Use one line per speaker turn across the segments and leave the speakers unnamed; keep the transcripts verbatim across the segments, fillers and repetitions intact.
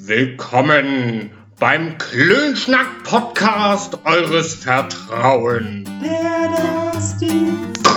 Willkommen beim Klönschnack-Podcast eures Vertrauens.
Der Dusty.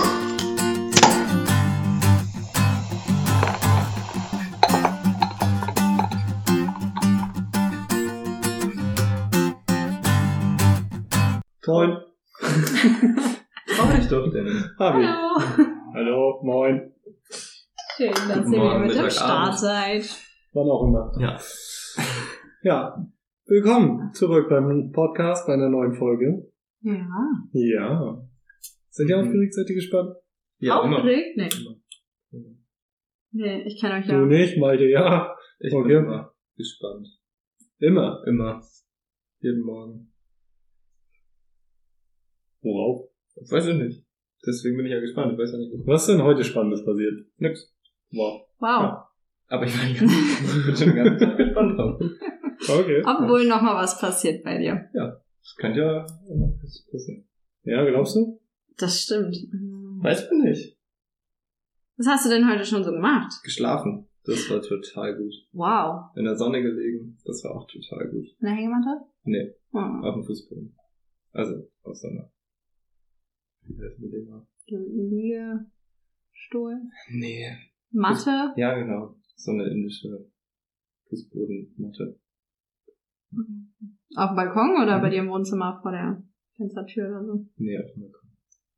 Moin.
Brauch ich doch, Dennis.
Hab ich.
Hallo.
Hallo, moin.
Schön, dass
Guten
ihr wieder
Morgen,
mit am
Mittag,
Start
Abend.
seid.
Wann auch immer.
Ja.
Ja, willkommen zurück beim Podcast, bei einer neuen Folge.
Ja.
Ja. Seid ihr aufgeregt? Seid ihr gespannt?
Ja, immer.
Aufgeregt? Nee.
Immer.
Nee, ich kenne euch
Du
ja.
nicht, Malte, ja.
Ich
Okay.
bin immer gespannt.
Immer.
Immer. Jeden Morgen.
Worauf?
Das weiß ich nicht. Deswegen bin ich ja gespannt. Ich weiß ja nicht.
Was ist denn heute Spannendes passiert?
Nix.
Wow.
Wow.
Ja. Aber ich, war die ganze- ich bin schon den ganzen Tag gespannt drauf.
Okay.
Obwohl noch mal was passiert bei dir.
Das könnte ja immer passieren.
Ja, glaubst du?
Das stimmt.
Weiß ich nicht.
Was hast du denn heute schon so gemacht?
Geschlafen. Das war total gut.
Wow.
In der Sonne gelegen. Das war auch total gut.
In der Hängematte?
Nee,
Oh.
auf dem Fußboden. Also, auf Sonne. Wie heißen die Dinger?
Liegestuhl?
Nee.
Matte?
Ja, genau. So eine indische Fußbodenmatte.
Auf dem Balkon oder
Mhm.
bei dir im Wohnzimmer vor der Fenstertür oder so?
Nee, auf dem Balkon.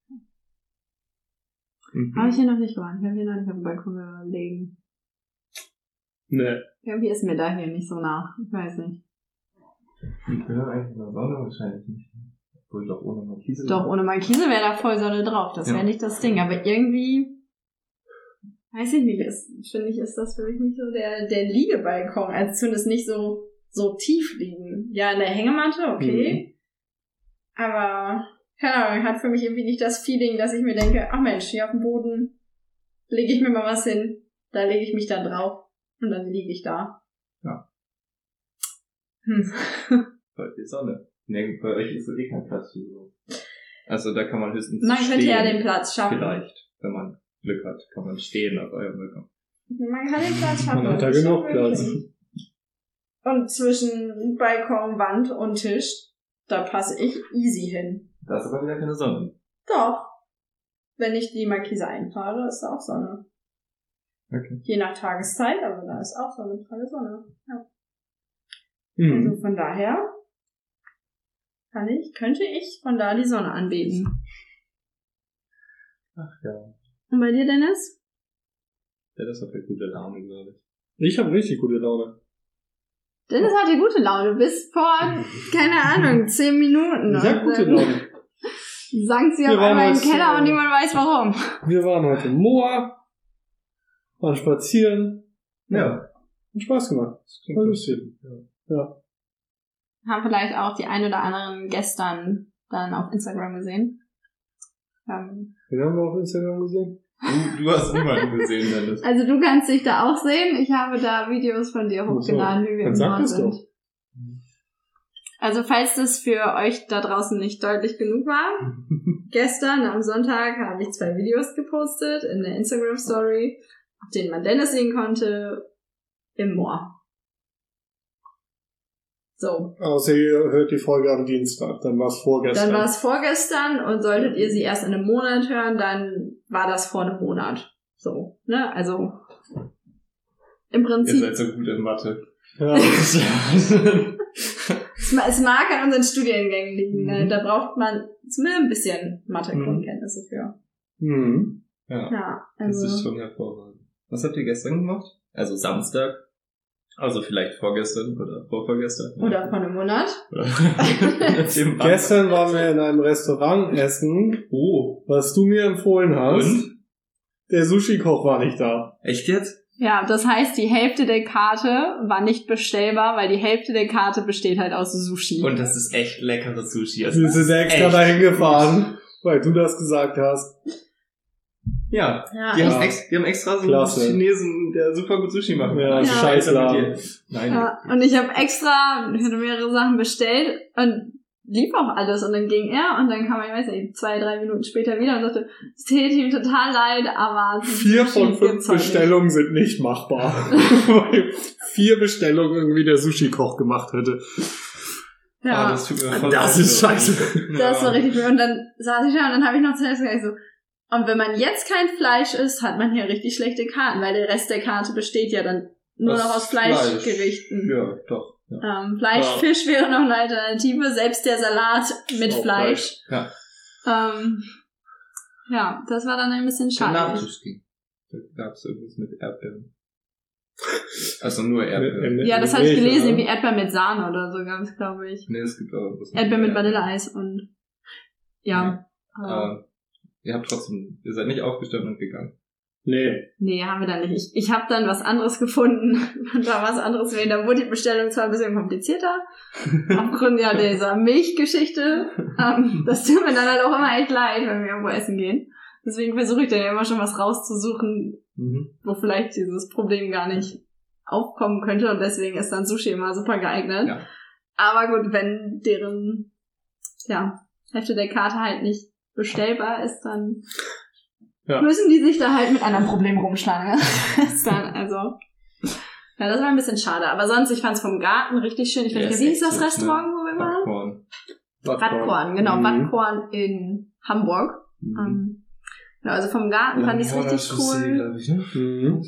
Mhm.
Habe ich hier noch nicht gemacht. Ich habe hier noch nicht auf dem Balkon gelegen.
Nee.
Irgendwie ist mir da hier nicht so nach. Ich weiß nicht.
Ja, eigentlich in der Sonne wahrscheinlich nicht. Obwohl doch ohne Markise.
Doch, ohne Markise wäre da voll Sonne drauf. Das wäre
Ja.
nicht das Ding. Aber irgendwie, weiß ich nicht, ist, finde ich, ist das für mich nicht so der, der Liegebalkon. Also zumindest nicht so, so tief liegen. Ja, in der Hängematte, okay. Aber, keine Ahnung, hat für mich irgendwie nicht das Feeling, dass ich mir denke, ach Mensch, hier auf dem Boden lege ich mir mal was hin. Da lege ich mich dann drauf. Und dann liege ich da.
Ja.
Hm.
Bei die Sonne. Nee, bei euch ist so eh kein Platz für so. Also da kann man höchstens
Man
stehen.
könnte ja den Platz schaffen.
Vielleicht, wenn man Glück hat, kann man stehen auf eurem Balkon.
Man kann den Platz schaffen.
Man hat da
Das ist
genug
schon
Platz.
möglich. Und zwischen Balkon, Wand und Tisch, da passe ich easy hin.
Da ist aber wieder keine Sonne.
Doch. Wenn ich die Markise einfahre, ist da auch Sonne.
Okay.
Je nach Tageszeit, aber da ist auch Sonne, pralle Sonne. Ja.
Mhm.
Also von daher kann ich, könnte ich von da die Sonne anbeten.
Ach ja.
Und bei dir, Dennis?
Ja, das hat ja gute Laune, glaube ich.
Ich habe richtig gute Laune.
Dennis hat die gute Laune bis vor, keine Ahnung, zehn Minuten.
Ich habe
Und
gute
dann
Laune.
sank sie
Wir
auf
waren
einmal im
jetzt,
Keller
äh,
und niemand weiß warum.
Wir waren heute im Moor, waren spazieren.
Ja.
Hat Spaß gemacht. War lustig. Ja.
Haben vielleicht auch die ein oder anderen gestern dann auf Instagram gesehen. Ähm,
Den haben wir auf Instagram gesehen.
Du, du hast niemanden gesehen, Dennis.
also du kannst dich da auch sehen. Ich habe da Videos von dir
Ach so.
hochgeladen, wie wir
Dann
im
sag
Moor
es
sind.
doch.
Also falls das für euch da draußen nicht deutlich genug war, gestern am Sonntag habe ich zwei Videos gepostet in der Instagram-Story, auf denen man Dennis sehen konnte, im Moor. So.
Außer ihr hört die Folge am Dienstag, dann war es vorgestern.
Dann war es vorgestern und solltet ihr sie erst in einem Monat hören, dann war das vor einem Monat. So, ne? Also im
Ihr
Prinzip,
seid so gut in Mathe.
Ja.
es, ma- es mag an unseren Studiengängen liegen. Ne?
Mhm.
Da braucht man zumindest ein bisschen
Mhm.
Mathe-Grundkenntnisse für.
Mhm.
Ja,
Ja,
das ist
also
schon hervorragend. Was habt ihr gestern gemacht? Also Samstag. Also vielleicht vorgestern oder vorvorgestern.
oder vor einem Monat.
Oder dem Band.
Gestern waren wir in einem Restaurant essen,
Oh.
was du mir empfohlen hast.
Und?
Der Sushi-Koch war nicht da.
Echt jetzt?
Ja, das heißt, die Hälfte der Karte war nicht bestellbar, weil die Hälfte der Karte besteht halt aus Sushi.
Und das ist echt leckeres Sushi. Also
Wir
das
sind
ist
extra
echt
dahin
gut.
gefahren, weil du das gesagt hast.
Ja.
ja,
Die,
Ja.
haben ex, die haben extra so einen
Klasse.
Chinesen, der super gut Sushi macht.
Ja,
Ja.
Scheißladen.
Nein.
ja, und ich habe extra, ich hatte mehrere Sachen bestellt und lief auch alles und dann ging er und dann kam er, ich weiß nicht, zwei, drei Minuten später wieder und sagte, es täte ihm total leid, aber...
Vier von fünf Bestellungen sind nicht machbar. Weil vier Bestellungen irgendwie der Sushi-Koch gemacht hätte.
Ja,
ah, das tut mir voll
das ist scheiße.
Das war richtig blöd. Und dann saß ich da und dann habe ich noch zuerst gesagt so, und wenn man jetzt kein Fleisch isst, hat man hier richtig schlechte Karten, weil der Rest der Karte besteht ja dann nur
das
noch aus
Fleisch.
Fleischgerichten.
Ja, doch. Ja.
Ähm, Fleisch,
Ja.
Fisch wäre noch eine Alternative, selbst der Salat mit
Auch
Fleisch.
Ja.
Ähm, ja, das war dann ein bisschen
Der
schade.
Nachtisch ging. Da gab es irgendwas mit Erdbeeren. Also nur Erdbeeren.
Mit-
Ja, das
mit
habe ich
Milch,
gelesen,
oder?
irgendwie Erdbeeren mit Sahne oder so ganz, glaube ich.
Nee, es gibt auch was
Erdbeeren mit Vanilleeis und ja. aber-
Aber ihr habt trotzdem, ihr seid nicht aufgestanden und gegangen.
Nee.
Nee, haben wir dann nicht. Ich, ich habe dann was anderes gefunden und da was anderes wählen. Da wurde die Bestellung zwar ein bisschen komplizierter, aufgrund ja dieser Milchgeschichte. Ähm, das tut mir dann halt auch immer echt leid, wenn wir irgendwo essen gehen. Deswegen versuche ich dann ja immer schon was rauszusuchen,
Mhm.
wo vielleicht dieses Problem gar nicht aufkommen könnte und deswegen ist dann Sushi immer super geeignet.
Ja.
Aber gut, wenn deren ja, Hälfte der Karte halt nicht bestellbar ist, dann
Ja.
müssen die sich da halt mit einem Problem rumschlagen. Ist dann, also, ja, das war ein bisschen schade. Aber sonst, ich fand's vom Garten richtig schön. Ich
Ja,
weiß
ist
nicht, wie hieß
echt
das
hübsch,
Restaurant, wo wir waren?
Radkorn.
Radkorn, genau,
Mhm.
Radkorn in Hamburg.
Mhm.
Ähm, ja, also vom Garten fand ich's richtig cool.
Ich, ne?
Mhm.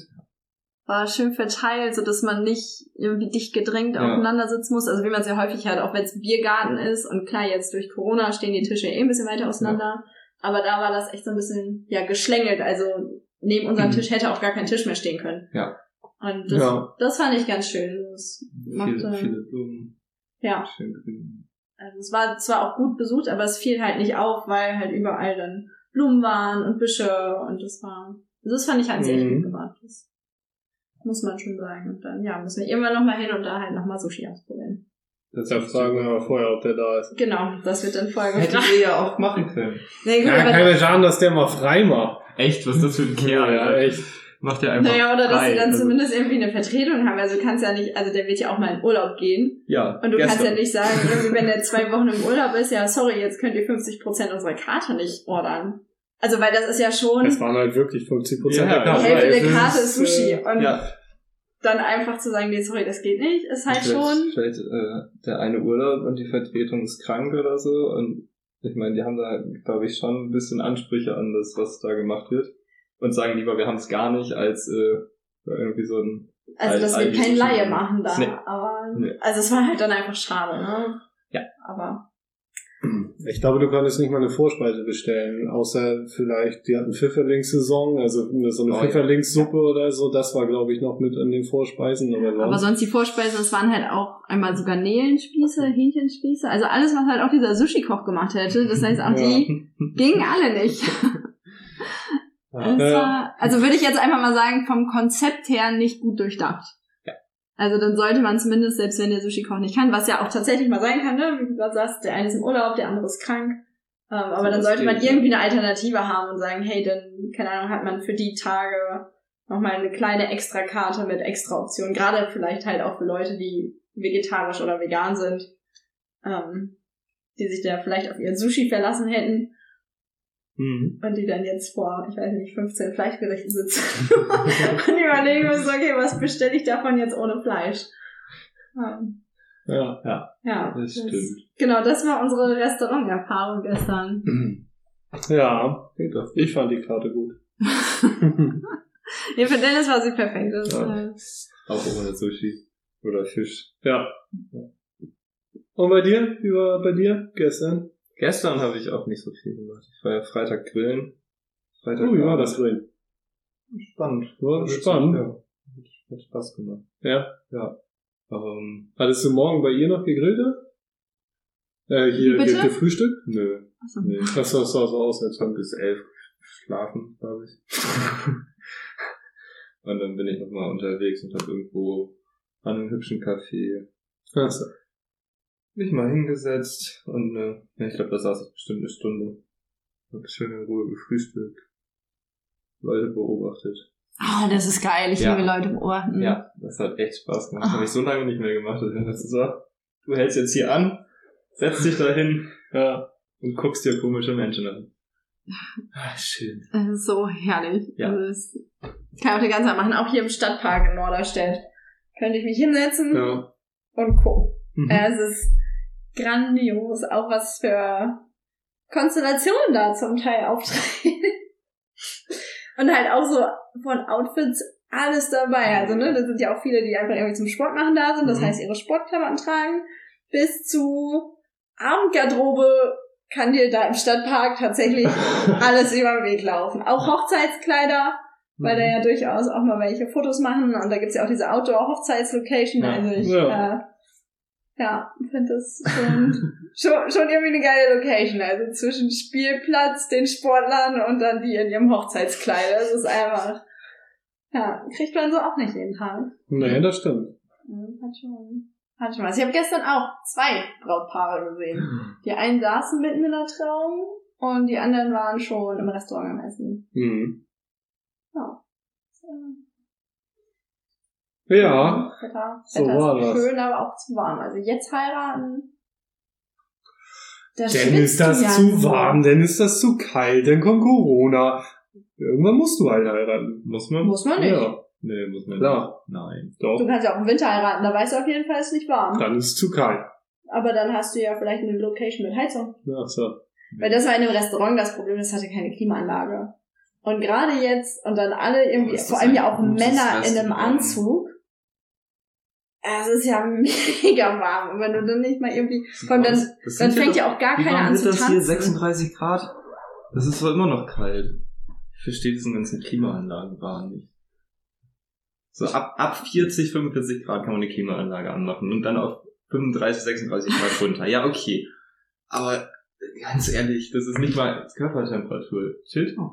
War schön verteilt, so dass man nicht irgendwie dicht gedrängt
Ja.
aufeinander sitzen muss. Also wie man es ja häufig hat, auch wenn es Biergarten ist. Und klar, jetzt durch Corona stehen die Tische eh ein bisschen weiter auseinander. Aber da war das echt so ein bisschen, ja, geschlängelt. Also neben unserem
Mhm.
Tisch hätte auch gar kein Tisch mehr stehen können.
Ja.
Und das,
Ja.
das fand ich ganz schön. Das machte,
Viele, viele Blumen.
ja.
Schön grün.
Also es war zwar auch gut besucht, aber es fiel halt nicht auf, weil halt überall dann Blumen waren und Büsche und das war, also das fand ich halt sehr
Mhm.
gut gemacht. Das muss man schon sagen. Und dann, ja, müssen wir irgendwann nochmal hin und da halt nochmal Sushi ausprobieren.
Das
Da
ist
fragen wir
super.
mal vorher, ob der da ist.
Genau, das wird dann vorher
Hättet
gefragt.
ihr ja auch machen können.
Nee, gut,
Ja,
aber
kann ja schaden, dass der mal frei macht.
Echt? Was ist das für ein Kerl?
Ja, echt.
Macht ja einfach
naja, oder dass
frei.
sie dann
Also,
zumindest irgendwie eine Vertretung haben. Also du kannst ja nicht, also der wird ja auch mal in Urlaub gehen.
ja,
Und du kannst ja
gestern.
nicht sagen, irgendwie, wenn der zwei Wochen im Urlaub ist, ja, sorry, jetzt könnt ihr fünfzig Prozent unserer Karte nicht ordern. Also, weil das ist ja schon,
Es waren halt wirklich fünfzig Prozent
Ja,
der
die
Karte.
Hälfte
weiß,
der
das
Karte
ist,
ist Sushi.
äh,
Und
Ja,
dann einfach zu sagen, nee, sorry, das geht nicht, ist halt
vielleicht,
schon,
vielleicht äh, der eine Urlaub und die Vertretung ist krank oder so. Und ich meine, die haben da, glaube ich, schon ein bisschen Ansprüche an das, was da gemacht wird. Und sagen lieber, wir haben es gar nicht, als äh, irgendwie so ein...
also das
all-
wird
all
kein
diese
Laie
Schienen.
machen da.
Nee.
Aber,
Nee.
also es war halt dann einfach schade, ne?
Ja.
Aber,
Ich glaube, du konntest nicht mal eine Vorspeise bestellen, außer vielleicht, die hatten Pfifferlingssaison, also so eine
Oh, ja.
Pfifferlingssuppe oder so, das war, glaube ich, noch mit an den Vorspeisen, aber sonst.
aber sonst die Vorspeisen, das waren halt auch einmal so Garnelenspieße, Hähnchenspieße, also alles, was halt auch dieser Sushi-Koch gemacht hätte, das heißt auch die gingen alle nicht.
Ja.
Das
Ja.
war, also würde ich jetzt einfach mal sagen, vom Konzept her nicht gut durchdacht.
Ja.
Also dann sollte man zumindest, selbst wenn der Sushi-Koch nicht kann, was ja auch tatsächlich mal sein kann, ne? Wie du gerade sagst, der eine ist im Urlaub, der andere ist krank. Ähm, aber
So,
dann
das
sollte man
geht, ja.
irgendwie eine Alternative haben und sagen, hey, dann, keine Ahnung, hat man für die Tage nochmal eine kleine Extrakarte mit extra Optionen. Gerade vielleicht halt auch für Leute, die vegetarisch oder vegan sind, ähm, die sich da vielleicht auf ihr Sushi verlassen hätten.
Mhm.
Und die dann jetzt vor, ich weiß nicht, fünfzehn Fleischgerichten sitzen und überlegen müssen, okay, was bestelle ich davon jetzt ohne Fleisch? Ähm,
Ja.
ja,
Das stimmt.
Genau, das war unsere Restauranterfahrung gestern.
Ja,
Klingt doch.
ich fand die Karte gut.
Nee, für Dennis war sie perfekt. Das,
Ja.
äh,
Auch ohne Sushi. Oder Fisch.
Ja. Und bei dir? Wie war bei dir gestern?
Gestern habe ich auch nicht so viel gemacht. Ich war ja Freitag grillen. Freitag
Oh, wie war das drin?
Spannend.
War
Also,
spannend.
Ja. Hat- Hat Spaß gemacht.
Ja.
Ja. Ähm,
Hattest du morgen bei ihr noch gegrillt? Äh, hier
Wie bitte?
ge gefrühstückt?
nö.
achso.
Nee.
Das sah so aus, als
Ich habe bis elf geschlafen, glaube ich. Und dann bin ich nochmal unterwegs und habe irgendwo an einem hübschen Café
Achso.
mich mal hingesetzt und äh, ja, ich glaube, da saß ich bestimmt eine Stunde. Hab schön in Ruhe gefrühstückt, Leute beobachtet.
Oh, das ist geil. Ich
Ja.
liebe Leute beobachten.
Ja, das hat echt Spaß gemacht.
Ah.
Habe ich so lange nicht mehr gemacht. Dass ich dachte, so, du hältst jetzt hier an, Setz dich da hin
Ja.
und guckst dir komische Menschen an. Ah, schön.
Das ist so herrlich.
Ja.
Also das kann ich auch die ganze Zeit machen. Auch hier im Stadtpark in Norderstedt könnte ich mich hinsetzen
Ja.
und gucken.
Mhm.
Äh, Es ist grandios, auch was für Konstellationen da zum Teil auftreten. Und halt auch so von Outfits alles dabei. Also, ne, da sind ja auch viele, die einfach irgendwie zum Sport machen da sind, das
Mhm.
heißt ihre Sportklamotten tragen, bis zu Abendgarderobe kann dir da im Stadtpark tatsächlich alles über den Weg laufen. Auch Hochzeitskleider, weil da ja durchaus auch mal welche Fotos machen und da gibt's ja auch diese Outdoor-Hochzeitslocation.
Ja.
Also ich,
Ja.
äh, ja, finde das schon, schon, schon irgendwie eine geile Location. Also zwischen Spielplatz, den Sportlern und dann die in ihrem Hochzeitskleid. Das ist einfach, ja, kriegt man so auch nicht jeden Tag.
Nee, das stimmt.
Hat schon, hat schon was. Ich habe gestern auch zwei Brautpaare gesehen. Die einen saßen mitten in der Trauung und die anderen waren schon im Restaurant am Essen.
Mhm.
Ja.
Ja,
Wetter,
so
Wetter
war
ist
das.
schön, aber auch zu warm. Also jetzt heiraten. Da
Dann
schwitzt
ist das
du ja
zu
nur.
warm, dann ist das zu kalt, dann kommt Corona. Irgendwann musst du halt heiraten.
Muss man?
Muss man nicht.
Ja,
Nee, muss man
Klar.
nicht. Nein.
Du
doch.
kannst ja auch im Winter heiraten, da weißt du auf jeden Fall, es ist nicht warm.
Dann ist es zu kalt.
Aber dann hast du ja vielleicht eine Location mit Heizung.
Ja, so.
Weil das war in dem Restaurant das Problem, das hatte keine Klimaanlage. Und gerade jetzt, und dann alle irgendwie,
Aber ist das
vor allem ja
ein
auch
gutes
Männer in einem
Restaurant?
Anzug. Es ist ja mega warm. Und wenn du dann nicht mal irgendwie, komm, dann,
Das
dann
sind
fängt
doch-
ja auch gar
Wie
keiner
warm
an
wird
zu
das hier?
tanzen.
sechsunddreißig Grad? Das ist doch immer noch kalt. Ich verstehe diesen ganzen Klimaanlagenwahn nicht. So ab, ab vierzig, fünfundvierzig Grad kann man eine Klimaanlage anmachen und dann auf fünfunddreißig, sechsunddreißig Grad runter. Ja, okay. Aber ganz ehrlich, das ist nicht mal Körpertemperatur. Chill doch.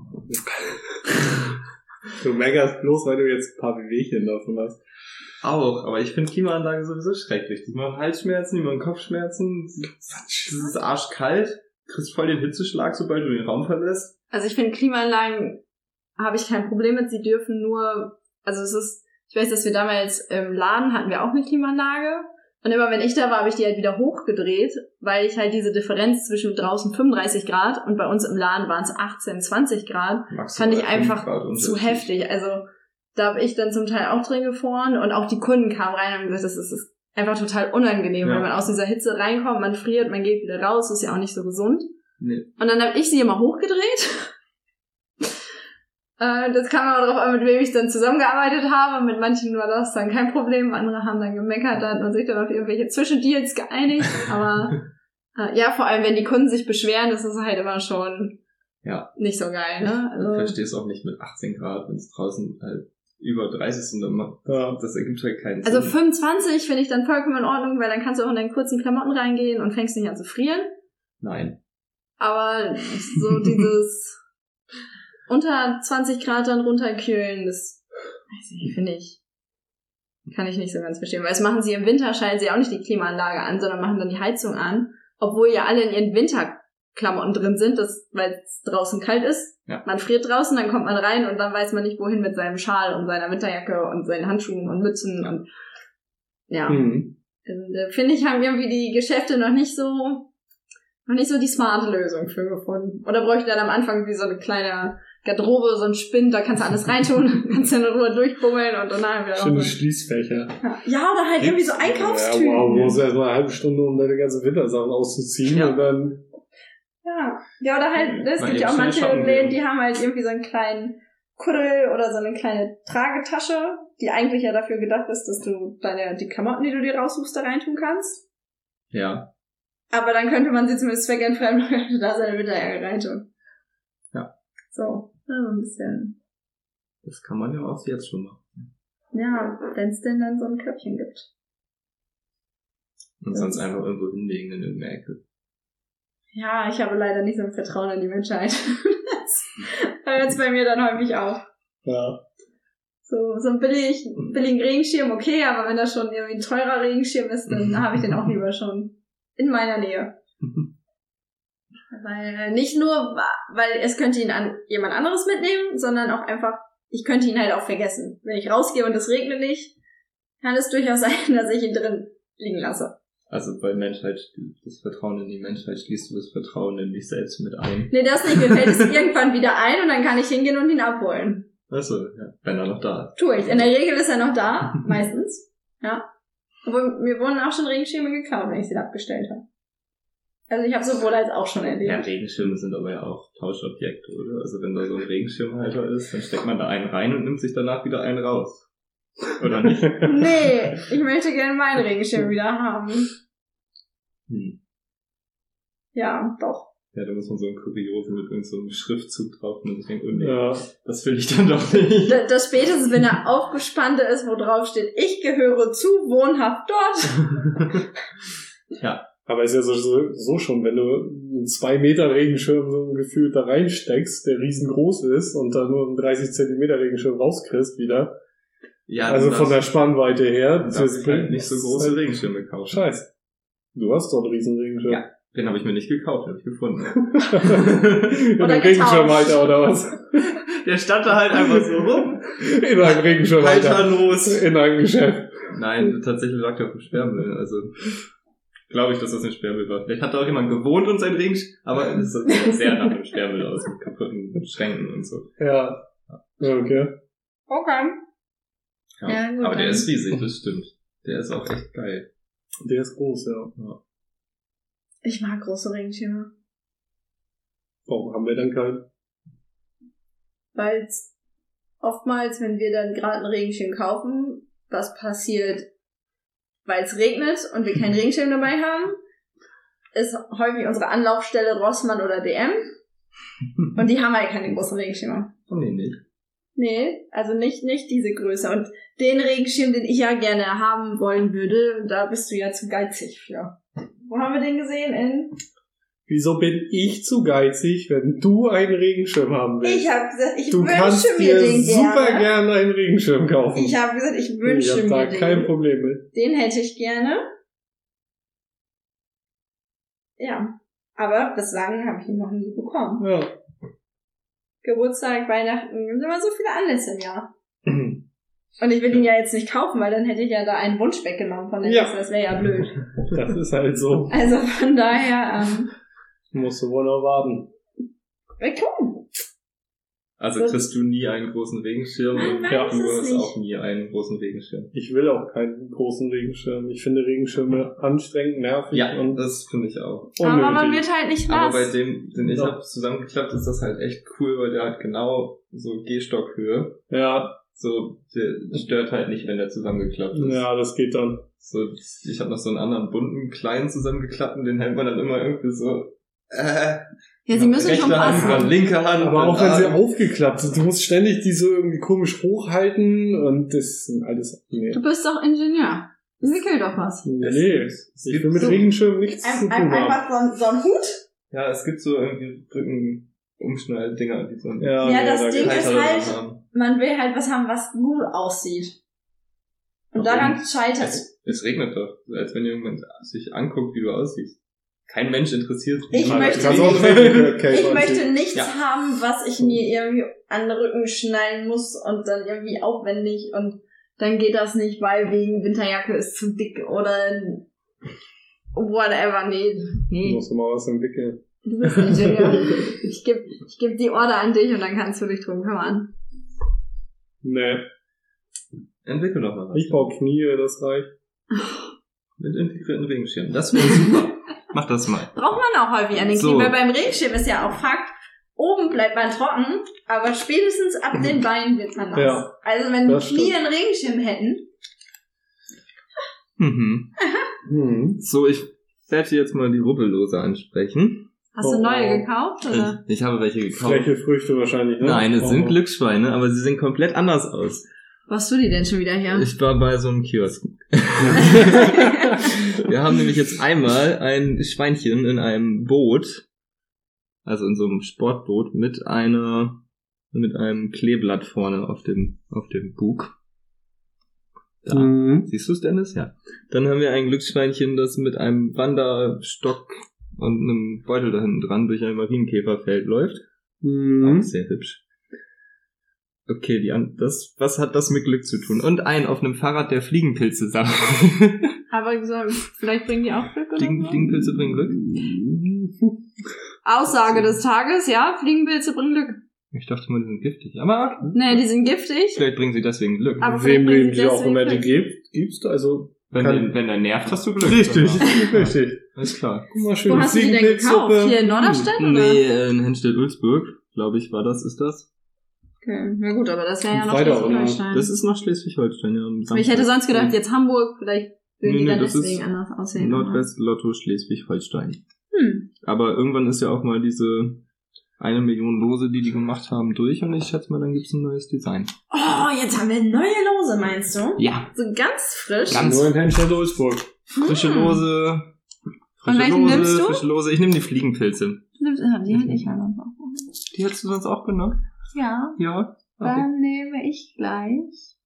Du meckerst bloß, weil du jetzt ein paar Bewegchen davon hast.
Auch, aber ich finde Klimaanlage sowieso schrecklich. Die machen Halsschmerzen, die machen Kopfschmerzen. Das ist arschkalt. Du kriegst voll den Hitzeschlag, sobald du den Raum verlässt.
Also ich finde, Klimaanlagen habe ich kein Problem mit. Sie dürfen nur, also es ist, ich weiß, dass wir damals im Laden hatten wir auch eine Klimaanlage. Und immer wenn ich da war, habe ich die halt wieder hochgedreht, weil ich halt diese Differenz zwischen draußen fünfunddreißig Grad und bei uns im Laden waren es achtzehn, zwanzig Grad,
Maximal
fand ich
fünf
einfach
Grad
zu
Unterschied.
heftig. Also da habe ich dann zum Teil auch drin gefroren und auch die Kunden kamen rein und haben gesagt, das ist, das ist einfach total unangenehm,
Ja.
weil man aus dieser Hitze reinkommt, man friert, man geht wieder raus, ist ja auch nicht so gesund.
Nee.
Und dann habe ich sie immer hochgedreht. Äh, das kam aber darauf an, mit wem ich dann zusammengearbeitet habe. Mit manchen war das dann kein Problem, andere haben dann gemeckert, da hat man sich dann auf irgendwelche Zwischendeals geeinigt. Aber äh, ja, vor allem, wenn die Kunden sich beschweren, das ist halt immer schon
Ja.
nicht so geil, ne?
Ich
Also,
verstehe es auch nicht mit achtzehn Grad, wenn es draußen halt über dreißig sind. Dann macht,
Ja.
das ergibt halt keinen
also
Sinn.
fünfundzwanzig finde ich dann vollkommen in Ordnung, weil dann kannst du auch in deinen kurzen Klamotten reingehen und fängst nicht an zu frieren.
Nein.
Aber so dieses unter zwanzig Grad dann runterkühlen, das weiß ich, finde ich, kann ich nicht so ganz verstehen. Weil es machen sie im Winter, schalten sie auch nicht die Klimaanlage an, sondern machen dann die Heizung an, obwohl ja alle in ihren Winterklamotten drin sind, das, weil es draußen kalt ist.
Ja.
Man friert draußen, dann kommt man rein und dann weiß man nicht, wohin mit seinem Schal und seiner Winterjacke und seinen Handschuhen und Mützen
Ja.
und ja.
Mhm.
Also, da finde ich, haben irgendwie die Geschäfte noch nicht so, noch nicht so die smarte Lösung für gefunden. Oder bräuchte dann am Anfang wie so eine kleine Garderobe, so ein Spind, da kannst du alles reintun, kannst du in Ruhe durchbummeln und danach wieder
Schöne
raus.
Schließfächer.
Ja, oder halt irgendwie so Einkaufstüten.
Ja, wow, du musst erstmal eine halbe Stunde, um deine ganzen Wintersachen auszuziehen
Ja.
und dann.
Ja. Ja, oder halt, es
Mal
gibt ja
eben
auch manche
schnell shoppen
Läden,
gehen.
die haben halt irgendwie so einen kleinen Kuddel oder so eine kleine Tragetasche, die eigentlich ja dafür gedacht ist, dass du deine, die Klamotten, die du dir raussuchst, da reintun kannst.
Ja.
Aber dann könnte man sie zumindest zweckentfremden und könnte da seine Winterjacke reintun.
Ja.
So, ja, so ein bisschen.
Das kann man ja auch jetzt schon machen.
Ja, wenn es denn dann so ein Köpfchen gibt.
Und
Das
sonst
ist-
einfach irgendwo hinlegen in irgendeine Ecke.
Ja, ich habe leider nicht so ein Vertrauen in die Menschheit. Da hört es bei mir dann häufig auf.
Ja.
So, so ein billig, billigen Regenschirm, okay, aber wenn das schon irgendwie ein teurer Regenschirm ist, dann habe ich den auch lieber schon in meiner Nähe. Weil nicht nur, weil es könnte ihn an jemand anderes mitnehmen, sondern auch einfach, ich könnte ihn halt auch vergessen. Wenn ich rausgehe und es regnet nicht, kann es durchaus sein, dass ich ihn drin liegen lasse.
Also bei Menschheit, das Vertrauen in die Menschheit schließt du das Vertrauen in dich selbst mit ein.
Nee, das nicht. Mir fällt es irgendwann wieder ein und dann kann ich hingehen und ihn abholen.
Achso, ja, wenn er noch da ist.
Tue ich. In der Regel ist er noch da, meistens. Ja. Obwohl, mir wurden auch schon Regenschirme geklaut, wenn ich sie abgestellt habe. Also ich habe sowohl als auch schon erlebt.
Ja, Regenschirme sind aber ja auch Tauschobjekte, oder? Also wenn da so ein Regenschirmhalter ist, dann steckt man da einen rein und nimmt sich danach wieder einen raus. Oder nicht?
Nee, ich möchte gerne meinen Regenschirm wieder haben.
Hm.
Ja, doch.
Ja, da muss man so einen Kuriosen mit irgendeinem so Schriftzug drauf und ich denke, oh nee,
Ja.
das will ich dann doch nicht.
Das, das spätestens, wenn er aufgespannt ist, wo drauf steht, ich gehöre zu, wohnhaft dort.
Ja.
Aber ist ja so, so, so schon, wenn du einen zwei Meter Regenschirm so gefühlt da reinsteckst, der riesengroß ist und da nur einen dreißig Zentimeter Regenschirm rauskriegst wieder.
Ja,
Also von der Spannweite her.
Du darfst halt nicht so große halt Regenschirme kaufen.
Scheiße. Du hast doch einen riesen Regenschirm.
Ja, den habe ich mir nicht gekauft, den habe ich gefunden.
In
Oder
einem Regenschirmhalter oder was?
Der stand da halt einfach so rum.
In einem Regenschirmhalter.
Halterlos.
In einem Geschäft.
Nein, tatsächlich lag der auf dem Sperrmüll, also glaube ich, dass das ein Sperrmüll war. Vielleicht hat da auch jemand gewohnt und sein Regenschirm, aber es sieht sehr nach einem Sperrmüll aus, mit kaputten Schränken und so.
Ja. Okay.
Okay.
Ja,
Ja, gut,
aber der
dann.
ist riesig, das stimmt. Der ist auch echt geil.
Der ist groß, ja.
Ja.
Ich mag große Regenschirme.
Warum haben wir dann keinen?
Weil oftmals, wenn wir dann gerade einen Regenschirm kaufen, was passiert, weil es regnet und wir keinen Regenschirm dabei haben, ist häufig unsere Anlaufstelle Rossmann oder D M. Und die haben halt keine großen Regenschirme.
Oh nee, nicht.
Nee, also nicht, nicht diese Größe. Und den Regenschirm, den ich ja gerne haben wollen würde, da bist du ja zu geizig für. Wo haben wir den gesehen? In?
Wieso bin ich zu geizig, wenn du einen Regenschirm haben willst?
Ich habe gesagt, ich
du
wünsche
kannst
mir
dir
den
super
gerne.
gerne einen Regenschirm kaufen.
Ich habe gesagt, ich wünsche
ich hab
mir
da
den.
kein Problem mit.
Den hätte ich gerne. Ja. Aber bislang habe ich ihn noch nie bekommen.
Ja.
Geburtstag, Weihnachten, sind immer so viele Anlässe im Jahr. Und ich will ihn ja jetzt nicht kaufen, weil dann hätte ich ja da einen Wunsch weggenommen von der
Ja.
Liste. Das wäre ja blöd.
Das ist halt so.
Also von daher, ähm,
Musst du wohl noch warten.
wir gucken.
Also
Das-
kriegst du nie einen großen Regenschirm
Man
und
weiß
du
es
hast
nicht.
auch nie einen großen Regenschirm.
Ich will auch keinen großen Regenschirm. Ich finde Regenschirme anstrengend, nervig
Ja,
und
das finde ich auch.
Aber man
unnötig.
wird halt nicht
Aber bei
nass.
dem, den ich
Ja.
habe zusammengeklappt, ist das halt echt cool, weil der hat genau so Gehstockhöhe.
Ja,
So, der stört halt nicht, wenn der zusammengeklappt ist.
ja, das geht dann.
So, ich habe noch so einen anderen bunten, kleinen zusammengeklappten, den hält man dann immer irgendwie so, äh,
Ja, sie müssen
rechte
schon
Hand,
passen.
dann linke Hand.
Aber
dann
auch wenn sie
Arm.
aufgeklappt sind, du musst ständig die so irgendwie komisch hochhalten und das sind alles. Nee.
Du bist doch Ingenieur. Wickel doch was.
Nee,
Es
ich
gibt
will mit
so-
Regenschirm nichts
Ein,
zu tun
ein,
haben.
einfach so ein, so ein Hut.
Ja, es gibt so irgendwie Rückenumschnall-Dinger, die so einen
Ja,
Ja,
nee,
das
da
Ding
geht's.
ist
Halter
halt-
dran haben.
Man will halt was haben, was gut aussieht. Und
Warum?
daran scheitert es.
Es, es regnet doch, als wenn jemand sich anguckt, wie du aussiehst. Kein Mensch interessiert. wie
Ich
du
möchte
Kannst auch
nicht-
eine Regencape
Ich
anziehen.
möchte nichts
Ja.
haben, was ich mir irgendwie an den Rücken schnallen muss und dann irgendwie aufwendig und dann geht das nicht, weil wegen Winterjacke ist zu dick oder whatever. Nee,
Du
nee.
musst mal was entwickeln.
Du bist Ingenieur. Ich geb, ich geb die Order an dich und dann kannst du dich drum kümmern.
Nee,
Entwickel doch mal was.
ich baue Knie, das reicht.
Mit integrierten Regenschirmen. Das wäre super. Mach das mal.
Braucht man auch häufig an den
So.
Knien, weil beim Regenschirm ist ja auch Fakt, oben bleibt man trocken, aber spätestens ab den Beinen wird man nass.
Ja,
Also wenn die
das
Knie
stimmt.
einen Regenschirm hätten,
Mhm.
Hm.
So, ich werde jetzt mal die Rubbellose ansprechen.
hast
Oh,
du neue
oh.
gekauft, oder?
Ich, ich habe welche gekauft.
Freche Früchte wahrscheinlich, ne?
Nein, es
Oh.
sind Glücksschweine, aber sie sehen komplett anders aus.
Wo hast du die denn schon wieder her?
Ich war bei so einem Kiosk. Wir haben nämlich jetzt einmal ein Schweinchen in einem Boot, also in so einem Sportboot mit einer, mit einem Kleeblatt vorne auf dem, auf dem Bug. Da.
Mhm.
Siehst du es, Dennis? Ja. Dann haben wir ein Glücksschweinchen, das mit einem Wanderstock und einem Beutel da hinten dran durch ein Marienkäferfeld läuft. Auch
Mhm.
sehr hübsch. Okay, die an das, was hat das mit Glück zu tun? Und ein auf einem Fahrrad, der Fliegenpilze sammelt.
Aber wie gesagt, vielleicht bringen die auch Glück oder
Fliegen,
so.
Fliegenpilze bringen Glück?
Aussage des Tages, ja, Fliegenpilze bringen Glück.
Ich dachte mal, die sind giftig. Aber
Nee, die sind giftig.
vielleicht bringen sie deswegen Glück.
Aber
Wem
vielleicht bringen
du
sie
die auch
deswegen
immer die
Glück.
gibst, gibst also
Wenn,
kann-
der, wenn der nervt, hast du Glück.
richtig,
Oder?
richtig.
Alles klar.
Guck mal, schön.
Wo hast du die denn gekauft? Hier in Norderstedt, oder?
Nee, in Henstedt-Ulzburg, glaube ich, war das, ist das.
Okay, na gut, aber das wäre ja
Und
noch
weiter,
Schleswig-Holstein.
Das ist noch Schleswig-Holstein, ja. am
Aber ich hätte
Samstag.
sonst gedacht, jetzt Hamburg, vielleicht würden
Nee,
die
nee,
dann
das
deswegen
ist
anders aussehen.
Nordwest-Lotto Schleswig-Holstein.
Hm.
Aber irgendwann ist ja auch mal diese eine Million Lose, die die gemacht haben, durch und ich schätze mal, dann gibt's ein neues Design.
Oh, jetzt haben wir neue Lose, meinst du?
Ja.
So ganz frisch.
Ganz-
Nur in Henstedt-Ulzburg.
Frische
Hm.
Lose. Frische
Und welchen
Lose,
nimmst du?
Frische Lose. Ich nehme die Fliegenpilze.
Ja, die hätte ich ja noch.
Die hättest du sonst auch genommen?
Ja,
Ja. Okay.
dann nehme ich gleich.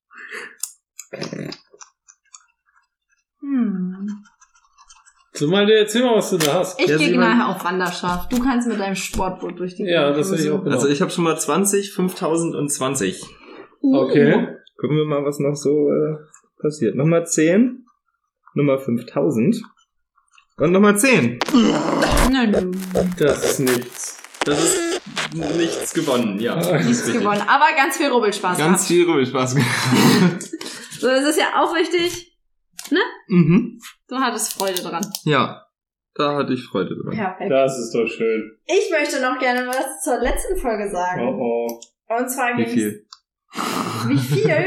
Hm.
So, mal, erzähl mal, was du da hast.
Ich
Ja,
gehe
sie
nachher auf Wanderschaft. Du kannst mit deinem Sportboot durch die
Ja,
Gegend
das hätte ich
cruisen.
auch genommen.
Also ich habe schon mal zwanzig, fünftausend und zwanzig.
Uh.
Okay.
Gucken wir mal, was noch so äh, passiert. Nochmal zehn. Nummer fünftausend. Und nochmal zehn.
Nein, nein.
Das ist nichts.
Das ist nichts gewonnen, ja.
Nichts gewonnen. Aber ganz viel Rubbelspaß gehabt.
Ganz viel Rubbelspaß gehabt.
So, das ist ja auch wichtig.
Mhm.
Du hattest Freude dran.
Ja, da hatte ich Freude dran.
Perfekt.
Das ist doch schön.
Ich möchte noch gerne was zur letzten Folge sagen.
Oh oh.
Und zwar
Wie
ging's-
viel?
Wie viel?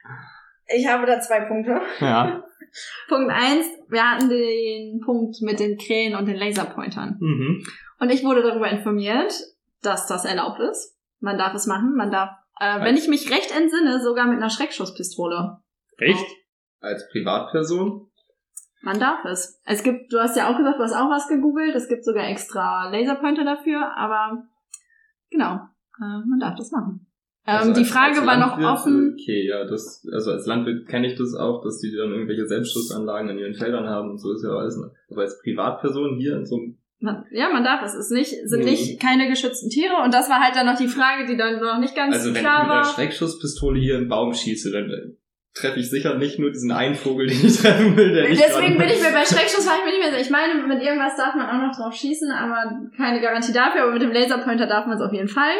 Ich habe da zwei Punkte.
Ja.
Punkt eins, wir hatten den Punkt mit den Krähen und den Laserpointern.
Mhm.
Und ich wurde darüber informiert, dass das erlaubt ist. Man darf es machen. Man darf, äh, wenn ich mich recht entsinne, sogar mit einer Schreckschusspistole.
Echt?
Als Privatperson?
Man darf es. Es gibt, du hast ja auch gesagt, du hast auch was gegoogelt. Es gibt sogar extra Laserpointer dafür, aber genau, äh, man darf das machen. Ähm,
Also
die
als-
Frage
als
war noch
Landwirt,
offen.
Okay, ja, das, also als Landwirt kenne ich das auch, dass die dann irgendwelche Selbstschussanlagen in ihren Feldern haben und so ist ja alles. Ne? Aber als Privatperson hier in so einem,
Man, ja, man darf es. Es ist nicht, sind
Mhm.
nicht keine geschützten Tiere. Und das war halt dann noch die Frage, die dann noch nicht ganz
also wenn ich mit
klar
einer
war.
Schreckschusspistole hier einen Baum schieße, dann äh, treffe ich sicher nicht nur diesen einen Vogel, den ich treffen will, der nicht
Deswegen
dran-
bin ich mir bei Schreckschuss war ich mir nicht mehr sicher. Ich meine, mit irgendwas darf man auch noch drauf schießen, aber keine Garantie dafür. Aber mit dem Laserpointer darf man es auf jeden Fall.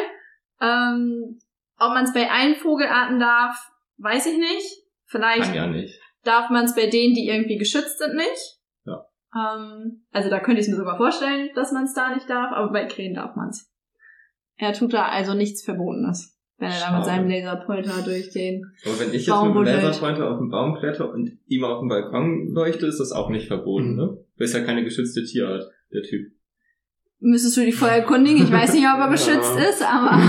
Ähm, ob man es bei allen Vogelarten darf, weiß ich nicht. Vielleicht
Kann ja nicht.
darf man es bei denen, die irgendwie geschützt sind, nicht.
Ja.
Ähm, also da könnte ich es mir sogar vorstellen, dass man es da nicht darf, aber bei Krähen darf man es. Er tut da also nichts Verbotenes, wenn er da mit
Schade.
seinem Laserpointer durch den...
Aber wenn ich jetzt
Baum
mit dem
buddelt.
Laserpointer auf den Baum kletter und ihm auf den Balkon leuchte, ist das auch nicht verboten, ne? Das ist ja keine geschützte Tierart, der Typ.
Müsstest du dich vorher erkundigen. Ich weiß nicht, ob er geschützt
Ja.
ist, aber...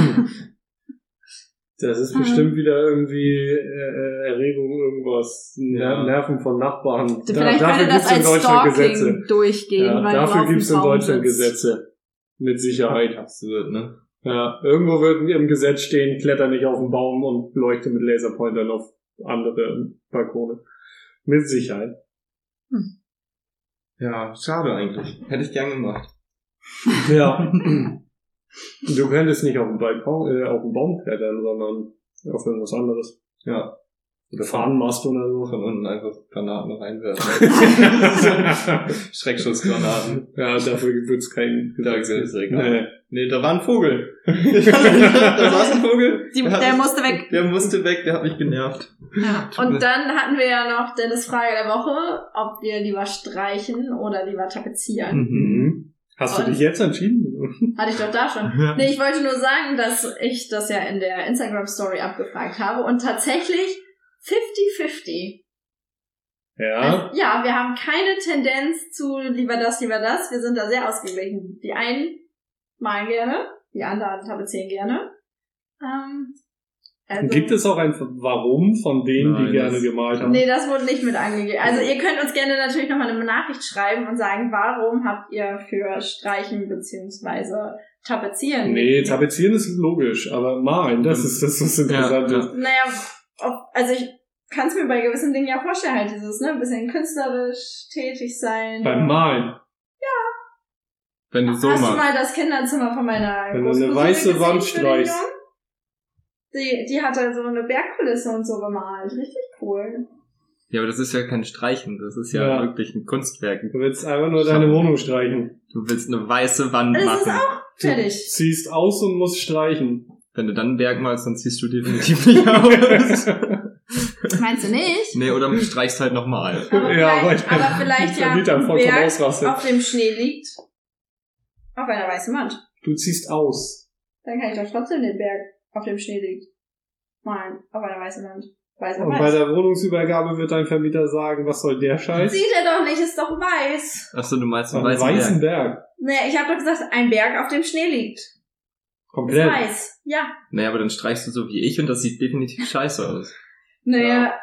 Das ist
Mhm.
bestimmt wieder irgendwie äh, Erregung, irgendwas, Ner
Ja.
Nerven von Nachbarn. Da-
Vielleicht
dafür
könnte das
gibt's in
als
Deutschland Gesetze.
Stalking durchgehen,
Ja,
weil du
dafür
auf
gibt's
dem
in
Baum
Deutschland
sitzt.
Gesetze. Mit Sicherheit.
Absurd, ne?
Ja, irgendwo wird im Gesetz stehen, kletter nicht auf den Baum und leuchte mit Laserpointern auf andere Balkone. Mit Sicherheit.
Ja, schade eigentlich. Hätte ich gern gemacht.
Ja. Du könntest nicht auf dem Balkon, äh, auf dem Baum klettern, sondern auf irgendwas anderes.
Ja.
Oder Fahnenmast oder so.
Von unten einfach Granaten reinwerfen. Schreckschussgranaten.
Ja, dafür wird's kein
Da
Gesetz
ist
geben.
egal.
Nee.
Nee, da war ein Vogel. da saß ein Vogel.
Die,
hat
der
mich-
musste weg.
Der musste weg, der hat mich genervt.
Ja. Und dann hatten wir ja noch Dennis Frage der Woche, ob wir lieber streichen oder lieber tapezieren.
Mhm. Hast du
Und-
dich jetzt entschieden?
Hatte ich doch da schon.
Ja.
Nee, ich wollte nur sagen, dass ich das ja in der Instagram-Story abgefragt habe und tatsächlich fifty fifty.
Ja.
Also, ja, wir haben keine Tendenz zu lieber das, lieber das. Wir sind da sehr ausgeglichen. Die einen malen gerne, die anderen tapezieren gerne. Ähm, also,
Gibt es auch ein Warum von denen,
Nein,
die gerne
das-
gemalt haben?
Nee, das wurde nicht mit angegeben. Also ihr könnt uns gerne natürlich nochmal eine Nachricht schreiben und sagen, warum habt ihr für Streichen beziehungsweise Tapezieren?
Nee, tapezieren ist logisch, aber malen, das ist das, was interessant
Ja,
ist.
Naja, ob, also ich kann es mir bei gewissen Dingen ja vorstellen, halt dieses, ne, ein bisschen künstlerisch tätig sein.
Beim Malen.
Wenn du so
Hast du
machst.
mal das Kinderzimmer von meiner
Wenn du eine
Großcousine
weiße
gesehen
Wand
für den
streichst.
Jungen? Die, die hat da so eine Bergkulisse und so gemalt. Richtig cool.
Ja, aber das ist ja kein Streichen, das ist ja,
Ja.
wirklich ein Kunstwerk.
Du willst einfach nur deine Wohnung streichen.
Du willst eine weiße Wand
Das
machen.
ist auch
Du
fertig.
ziehst aus und musst streichen.
Wenn du dann einen Berg malst, dann ziehst du definitiv nicht aus.
Meinst du nicht?
Nee, oder streichst halt nochmal.
Aber
Ja,
vielleicht,
weil
aber vielleicht
der
ja
Mieter
ein
vollkommen
Berg
ausrastet.
auf dem Schnee liegt. Auf einer weißen Wand.
Du ziehst aus.
Dann kann ich doch trotzdem den Berg auf dem Schnee liegt. Malen. Auf einer weißen Wand. Weiß auf
Und bei
weiß.
der Wohnungsübergabe wird dein Vermieter sagen, was soll der Scheiß?
Sieht er doch nicht, ist doch weiß.
Achso, du meinst einen
Einen
weißen,
weißen
Berg.
Berg.
Nee, ich habe doch gesagt, ein Berg auf dem Schnee liegt. Ist
Komplett.
weiß. Ja.
Naja, aber dann streichst du so wie ich und das sieht definitiv scheiße aus.
Naja.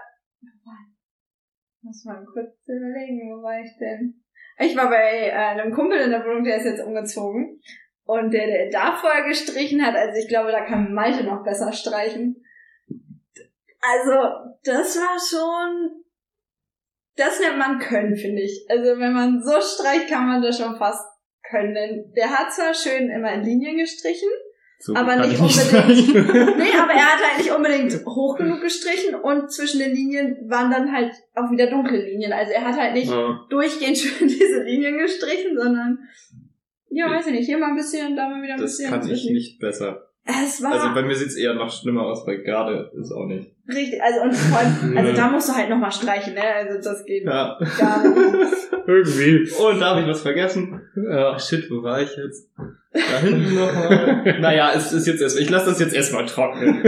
Muss mal kurz überlegen, wo war ich denn? Ich war bei äh, einem Kumpel in der Wohnung, der ist jetzt umgezogen. Und der, der da vorher gestrichen hat, also ich glaube, da kann Malte noch besser streichen. Also, das war schon, das nennt man können, finde ich. Also, wenn man so streicht, kann man das schon fast können. Denn der hat zwar schön immer in Linien gestrichen,
So
aber
kann
nicht
ich nicht
unbedingt,
streichen.
nee, aber er hat halt nicht unbedingt hoch genug gestrichen und zwischen den Linien waren dann halt auch wieder dunkle Linien. Also er hat halt nicht
Ja.
durchgehend schön diese Linien gestrichen, sondern, ja, weiß ich nicht, hier mal ein bisschen, da mal wieder ein
Das
bisschen.
kann ich
zwischen-
nicht besser.
Es war
Also bei mir sieht's eher noch schlimmer aus, weil gerade ist auch nicht.
richtig, also und vor allem, also
Ja.
da musst du halt nochmal streichen, ne, also das geht
Ja.
gar nicht.
Irgendwie.
Und da habe ich was vergessen.
Ja.
Ach shit, wo war ich jetzt? Da hinten nochmal. Naja, es ist jetzt erst, ich lasse das jetzt erstmal trocknen.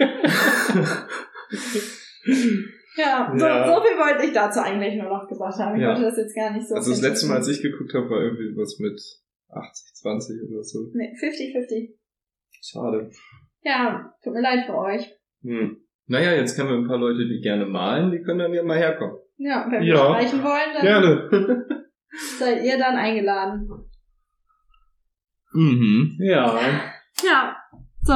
Ja, so,
Ja.
so viel wollte ich dazu eigentlich nur noch gesagt haben. Ich
Ja.
wollte das jetzt gar nicht so.
Also das
viel
letzte Mal, als
tun.
ich geguckt habe, war irgendwie was mit achtzig, zwanzig oder so.
Nee, fünfzig fünfzig.
Schade.
Ja, tut mir leid für euch.
Hm. Naja, jetzt kennen wir ein paar Leute, die gerne malen, die können dann ja mal herkommen.
Ja, wenn wir
Ja,
streichen wollen, dann
Gerne.
seid ihr dann eingeladen.
Mhm.
Ja.
Ja, so.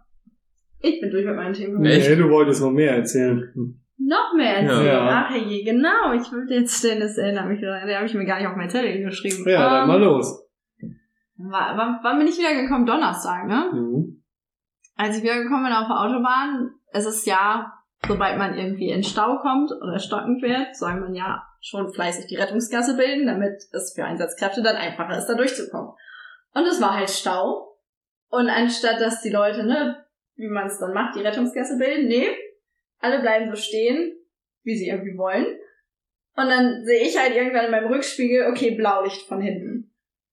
Ich bin durch mit meinen Themen.
Echt?
Nee, du wolltest noch mehr erzählen.
Noch mehr erzählen.
Ja.
Ach je, genau. Ich wollte jetzt stellen, das erinnert mich gerade. Den habe ich mir gar nicht auf mein Zettel geschrieben.
Ja, dann
Ähm,
mal los.
War, wann, wann bin ich wiedergekommen? Donnerstag, ne?
Mhm.
Als ich wiedergekommen bin auf der Autobahn, es ist ja, sobald man irgendwie in Stau kommt oder stockend wird, soll man ja schon fleißig die Rettungsgasse bilden, damit es für Einsatzkräfte dann einfacher ist, da durchzukommen. Und es war halt Stau. Und anstatt, dass die Leute, ne, wie man es dann macht, die Rettungsgasse bilden, nee, alle bleiben so stehen, wie sie irgendwie wollen. Und dann sehe ich halt irgendwann in meinem Rückspiegel, okay, Blaulicht von hinten.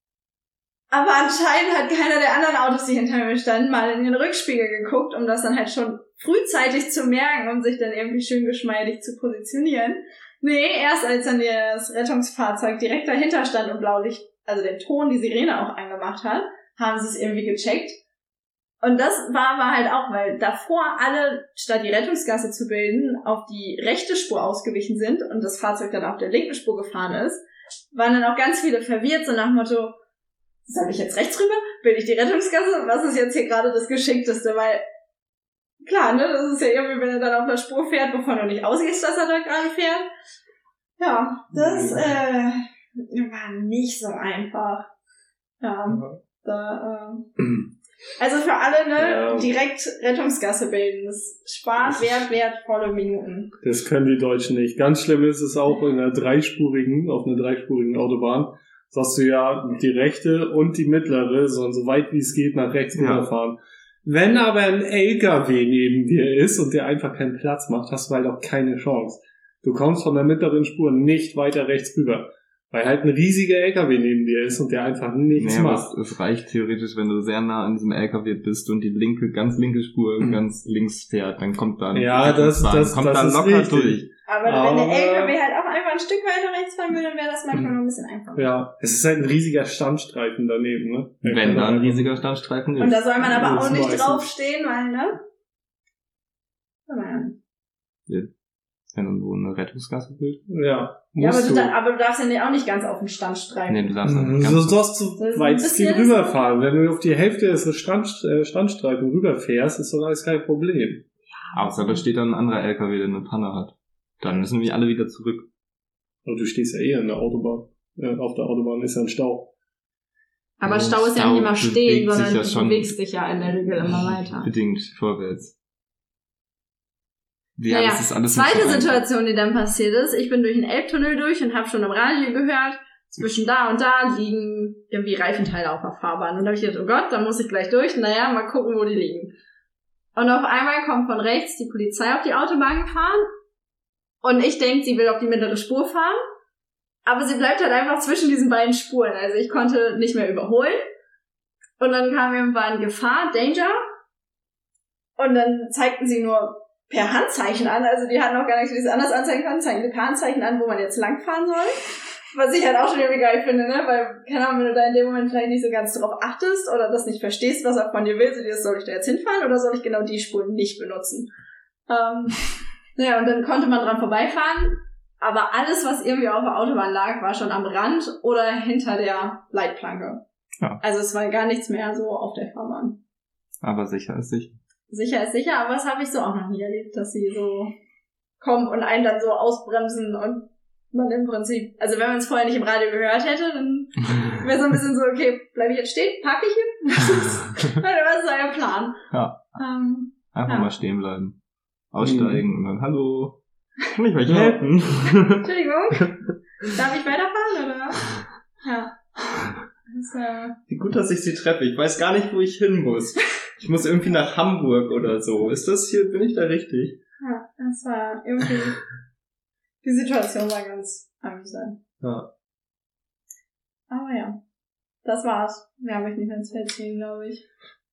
Aber anscheinend hat keiner der anderen Autos, die hinter mir standen, mal in den Rückspiegel geguckt, um das dann halt schon frühzeitig zu merken, um sich dann irgendwie schön geschmeidig zu positionieren. Nee, erst als dann das Rettungsfahrzeug direkt dahinter stand und Blaulicht, also den Ton, die Sirene auch angemacht hat, haben sie es irgendwie gecheckt. Und das war, war halt auch, weil davor alle, statt die Rettungsgasse zu bilden, auf die rechte Spur ausgewichen sind und das Fahrzeug dann auf der linken Spur gefahren ist, waren dann auch ganz viele verwirrt, so nach dem Motto, soll ich jetzt rechts rüber? Bilde ich die Rettungsgasse? Was ist jetzt hier gerade das Geschickteste? Weil, klar, ne, das ist ja irgendwie, wenn er dann auf der Spur fährt, wovon du nicht ausgehst, dass er da gerade fährt. Ja, das, äh, war nicht so einfach. Ja, da, äh, also für alle, ne,
Ja.
direkt Rettungsgasse bilden. Das spart wert, wertvolle Minuten.
Das können die Deutschen nicht. Ganz schlimm ist es auch in einer dreispurigen, auf einer dreispurigen Autobahn. Sagst du ja, die rechte und die mittlere sollen so weit wie es geht nach rechts
Ja.
rüberfahren. Wenn aber ein L K W neben dir ist und der einfach keinen Platz macht, hast du halt auch keine Chance. Du kommst von der mittleren Spur nicht weiter rechts rüber, weil halt ein riesiger L K W neben dir ist und der einfach nichts
Nee, aber
macht.
es, es reicht theoretisch, wenn du sehr nah an diesem L K W bist und die linke, ganz linke Spur
Mhm.
ganz links fährt, dann kommt da ein
Ja, das-
Rettungswagen,
das-
kommt
das
da
ist
locker
richtig.
durch.
Aber,
Aber-
wenn der L K W halt auch einfach ein Stück weiter rechts fahren würde, dann wäre das manchmal noch ein bisschen einfacher.
Ja, es ist halt ein riesiger Standstreifen daneben, ne?
Wenn da ein riesiger Standstreifen ist.
Und da soll man aber
Das
auch nicht
meistens.
draufstehen, weil, ne? Soll man ja nicht.
Wenn du so eine Rettungsgasse willst.
Ja,
Ja, aber
musst
du,
du.
da, aber du darfst ja nicht- auch nicht ganz auf den Stand streifen.
Nee, du darfst dann
Mhm,
ganz
Du sollst so
Das ist
weit
ein
es
bisschen
geht rüberfahren. Wenn du auf die Hälfte des Stand, äh, Standstreifen rüberfährst, ist doch alles kein Problem.
Außer da steht dann ein anderer L K W, der eine Panne hat. Dann müssen wir alle wieder zurück.
Und du stehst ja eh an der Autobahn. Äh, auf der Autobahn ist ja ein Stau.
Aber
Ja,
Stau ist ja
Stau
nicht immer stehen,
bewegt sich
sondern
ja
du
schon-
bewegst dich ja in der Regel immer weiter.
Bedingt vorwärts. Ja,
naja,
das ist alles nicht
zweite
so einfach.
Situation, die dann passiert ist, ich bin durch den Elbtunnel durch und habe schon im Radio gehört, zwischen da und da liegen irgendwie Reifenteile auf der Fahrbahn. Und da habe ich gedacht, oh Gott, da muss ich gleich durch. Naja, mal gucken, wo die liegen. Und auf einmal kommt von rechts die Polizei auf die Autobahn gefahren. Und ich denke, sie will auf die mittlere Spur fahren. Aber sie bleibt halt einfach zwischen diesen beiden Spuren. Also ich konnte nicht mehr überholen. Und dann kam irgendwann Gefahr, Danger. Und dann zeigten sie nur per Handzeichen an. Also die hatten auch gar nicht, wie sie es anders anzeigen können. Zeigen sie per Handzeichen an, wo man jetzt langfahren soll. Was ich halt auch schon irgendwie geil finde, ne? Weil, keine Ahnung, wenn du da in dem Moment vielleicht nicht so ganz drauf achtest oder das nicht verstehst, was er von dir will, so dir, soll ich da jetzt hinfahren oder soll ich genau die Spuren nicht benutzen? Ähm, naja, und dann konnte man dran vorbeifahren, aber alles, was irgendwie auf der Autobahn lag, war schon am Rand oder hinter der Leitplanke.
Ja.
Also es war gar nichts mehr so auf der Fahrbahn.
Aber sicher ist sicher.
Sicher ist sicher, aber das habe ich so auch noch nie erlebt, dass sie so kommen und einen dann so ausbremsen und man im Prinzip, also wenn man es vorher nicht im Radio gehört hätte, dann wäre so ein bisschen so, okay, bleibe ich jetzt stehen, parke ich hier? Was ist euer Plan?
Ja.
Ähm,
Einfach
ja.
mal stehen bleiben. Aussteigen
Mhm.
und dann, hallo, kann ich euch
Ja.
helfen?
Entschuldigung, darf ich weiterfahren, oder? Ja. Das, äh,
Wie gut, dass ich sie treffe. Ich weiß gar nicht, wo ich hin muss. Ich muss irgendwie nach Hamburg oder so. Ist das hier, bin ich da richtig?
ja, das war irgendwie, die Situation war ganz amüsant.
Ja.
Aber ja, das war's. Mehr habe ich nicht mehr zu erzählen, glaube ich.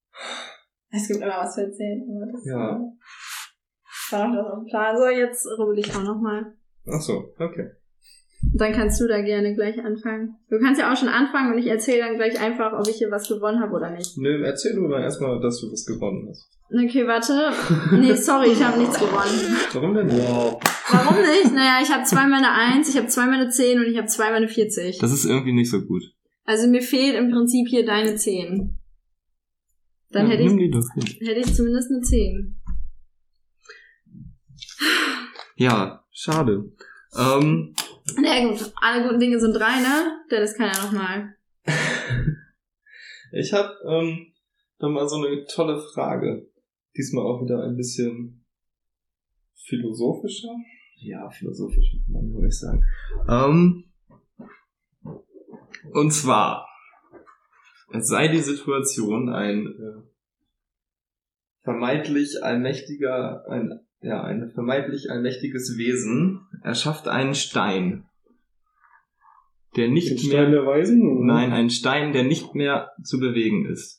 Es gibt immer was zu erzählen. Aber das
Ja.
äh, war noch das auf dem Plan. So, jetzt rubbel ich auch nochmal.
Ach so, okay.
Dann kannst du da gerne gleich anfangen. Du kannst ja auch schon anfangen und ich erzähle dann gleich einfach, ob ich hier was gewonnen habe oder nicht.
Nö, erzähl du mal erstmal, dass du was gewonnen hast.
Okay, warte. Nee, sorry, ich habe nichts gewonnen.
Warum denn? Wow.
Warum nicht? Naja, ich habe zweimal eine eins, ich habe zweimal eine zehn und ich habe zweimal eine vierzig.
Das ist irgendwie nicht so gut.
Also mir fehlt im Prinzip hier deine zehn. Dann
ja,
hätte
nimm
ich,
die doch hin.
hätte ich zumindest eine zehn.
Ja, schade. Ähm,
Na gut, alle guten Dinge sind drei, ne? Das kann ja nochmal.
ich habe ähm, noch mal so eine tolle Frage. Diesmal auch wieder ein bisschen philosophischer. Ja, philosophischer kann man wohl sagen. Ähm, und zwar, es sei die Situation ein äh, vermeintlich allmächtiger, ein, ja, ein vermeintlich allmächtiges Wesen erschafft einen Stein, der nicht
Den
mehr,
Stein der Weisen? Oder?
nein, einen Stein, der nicht mehr zu bewegen ist.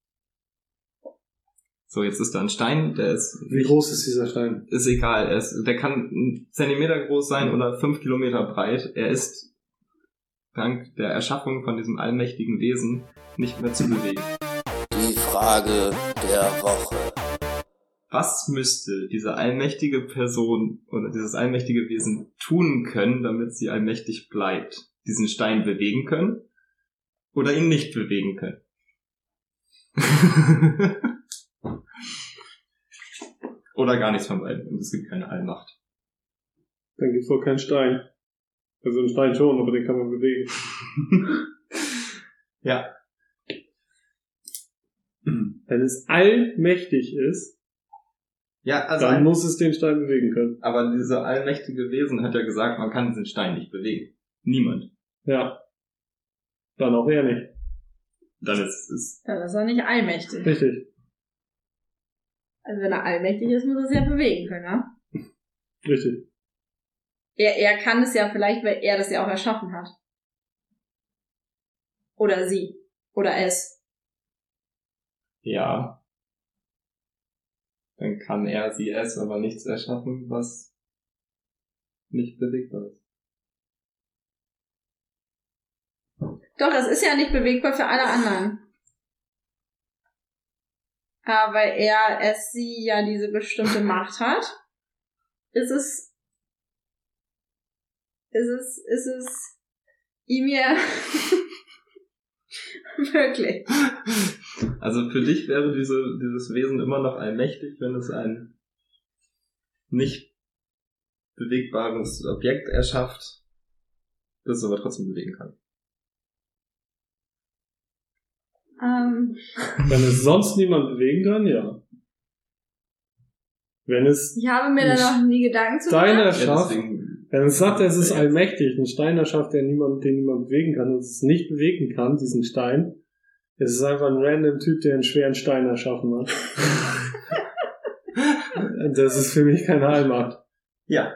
So, jetzt ist da ein Stein, der ist,
Wie groß ist dieser Stein?
ist egal, er ist, der kann einen Zentimeter groß sein oder fünf Kilometer breit. Er ist dank der Erschaffung von diesem allmächtigen Wesen nicht mehr zu bewegen.
Die Frage der Woche.
Was müsste diese allmächtige Person oder dieses allmächtige Wesen tun können, damit sie allmächtig bleibt? Diesen Stein bewegen können oder ihn nicht bewegen können? Oder gar nichts von beiden. Und es gibt keine Allmacht.
Dann gibt's doch keinen Stein. Also einen Stein schon, aber den kann man bewegen.
Ja.
Wenn es allmächtig ist,
Ja, also
dann
ein,
muss es den Stein bewegen können.
aber dieser allmächtige Wesen hat ja gesagt, man kann diesen Stein nicht bewegen. Niemand.
Ja. Dann auch er nicht.
Dann ist es.
Ja, das ist doch nicht allmächtig.
Richtig.
Also wenn er allmächtig ist, muss er es ja bewegen können, ne?
Richtig.
Er, er kann es ja vielleicht, weil er das ja auch erschaffen hat. Oder sie. Oder es.
Ja. Dann kann er, sie, es aber nichts erschaffen, was nicht bewegbar ist.
Doch, es ist ja nicht bewegbar für alle anderen. Aber weil er, es, sie ja diese bestimmte Macht hat, ist es, ist es, ist es ihm ja wirklich.
Also für dich wäre diese, dieses Wesen immer noch allmächtig, wenn es ein nicht bewegbares Objekt erschafft, das es aber trotzdem bewegen kann.
Ähm,
Wenn es sonst niemand bewegen kann, ja. Wenn es
Ich habe mir da noch nie Gedanken zu
Stein
gemacht.
erschafft,
Ja, deswegen,
wenn es sagt, es ist allmächtig, ein Stein erschafft, der niemand, den niemand bewegen kann und es nicht bewegen kann, diesen Stein, es ist einfach ein random Typ, der einen schweren Stein erschaffen hat. Das ist für mich keine Allmacht.
ja,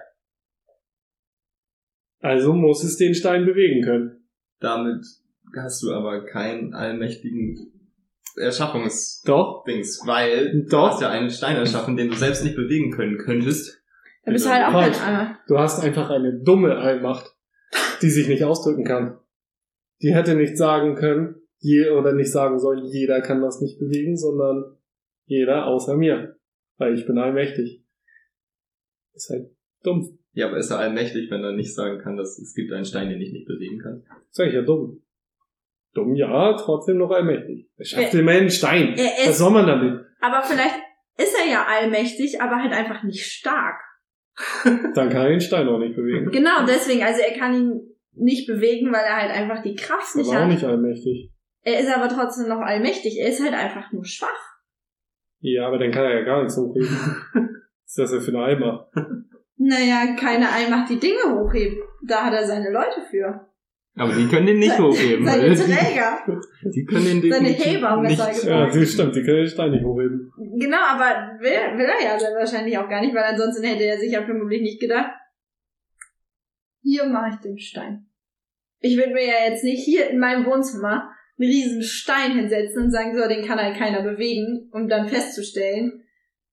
Also muss es den Stein bewegen können.
damit hast du aber keinen allmächtigen Erschaffungsdings,
Doch,
weil du
Doch.
hast ja einen Stein erschaffen, den du selbst nicht bewegen können könntest.
Da bist du halt auch kein
Falsch.
Eimer.
du hast einfach eine dumme Allmacht, die sich nicht ausdrücken kann. Die hätte nicht sagen können, je, oder nicht sagen sollen, jeder kann das nicht bewegen, sondern jeder außer mir. Weil ich bin allmächtig. Ist halt dumm.
Ja, aber ist er allmächtig, wenn er nicht sagen kann, dass es gibt einen Stein, den ich nicht bewegen kann?
Sag ich ja dumm. Dumm ja, trotzdem noch allmächtig. Er schafft
Er-
immerhin einen Stein.
er ist-
Was soll man damit?
Aber vielleicht ist er ja allmächtig, aber halt einfach nicht stark.
Dann kann er den Stein auch nicht bewegen.
Genau, deswegen, also er kann ihn nicht bewegen, weil er halt einfach die Kraft nicht
Aber auch
hat.
nicht allmächtig.
Er ist aber trotzdem noch allmächtig. Er ist halt einfach nur schwach.
Ja, aber dann kann er ja gar nichts hochheben. Was ist das denn für eine Allmacht?
Naja, keine Allmacht die Dinge hochhebt. Da hat er seine Leute für.
Aber die können den nicht
Se-
hochheben.
Seine
weil
Träger.
Die, die können den
Seine
definitiv
Heber, besser
nicht.
gesagt.
Ja, das stimmt, die können den Stein nicht hochheben.
Genau, aber will, will er ja sehr wahrscheinlich auch gar nicht, weil ansonsten hätte er sich ja vermutlich nicht gedacht, hier mache ich den Stein. Ich würde mir ja jetzt nicht hier in meinem Wohnzimmer einen riesen Stein hinsetzen und sagen, so, den kann halt keiner bewegen, um dann festzustellen,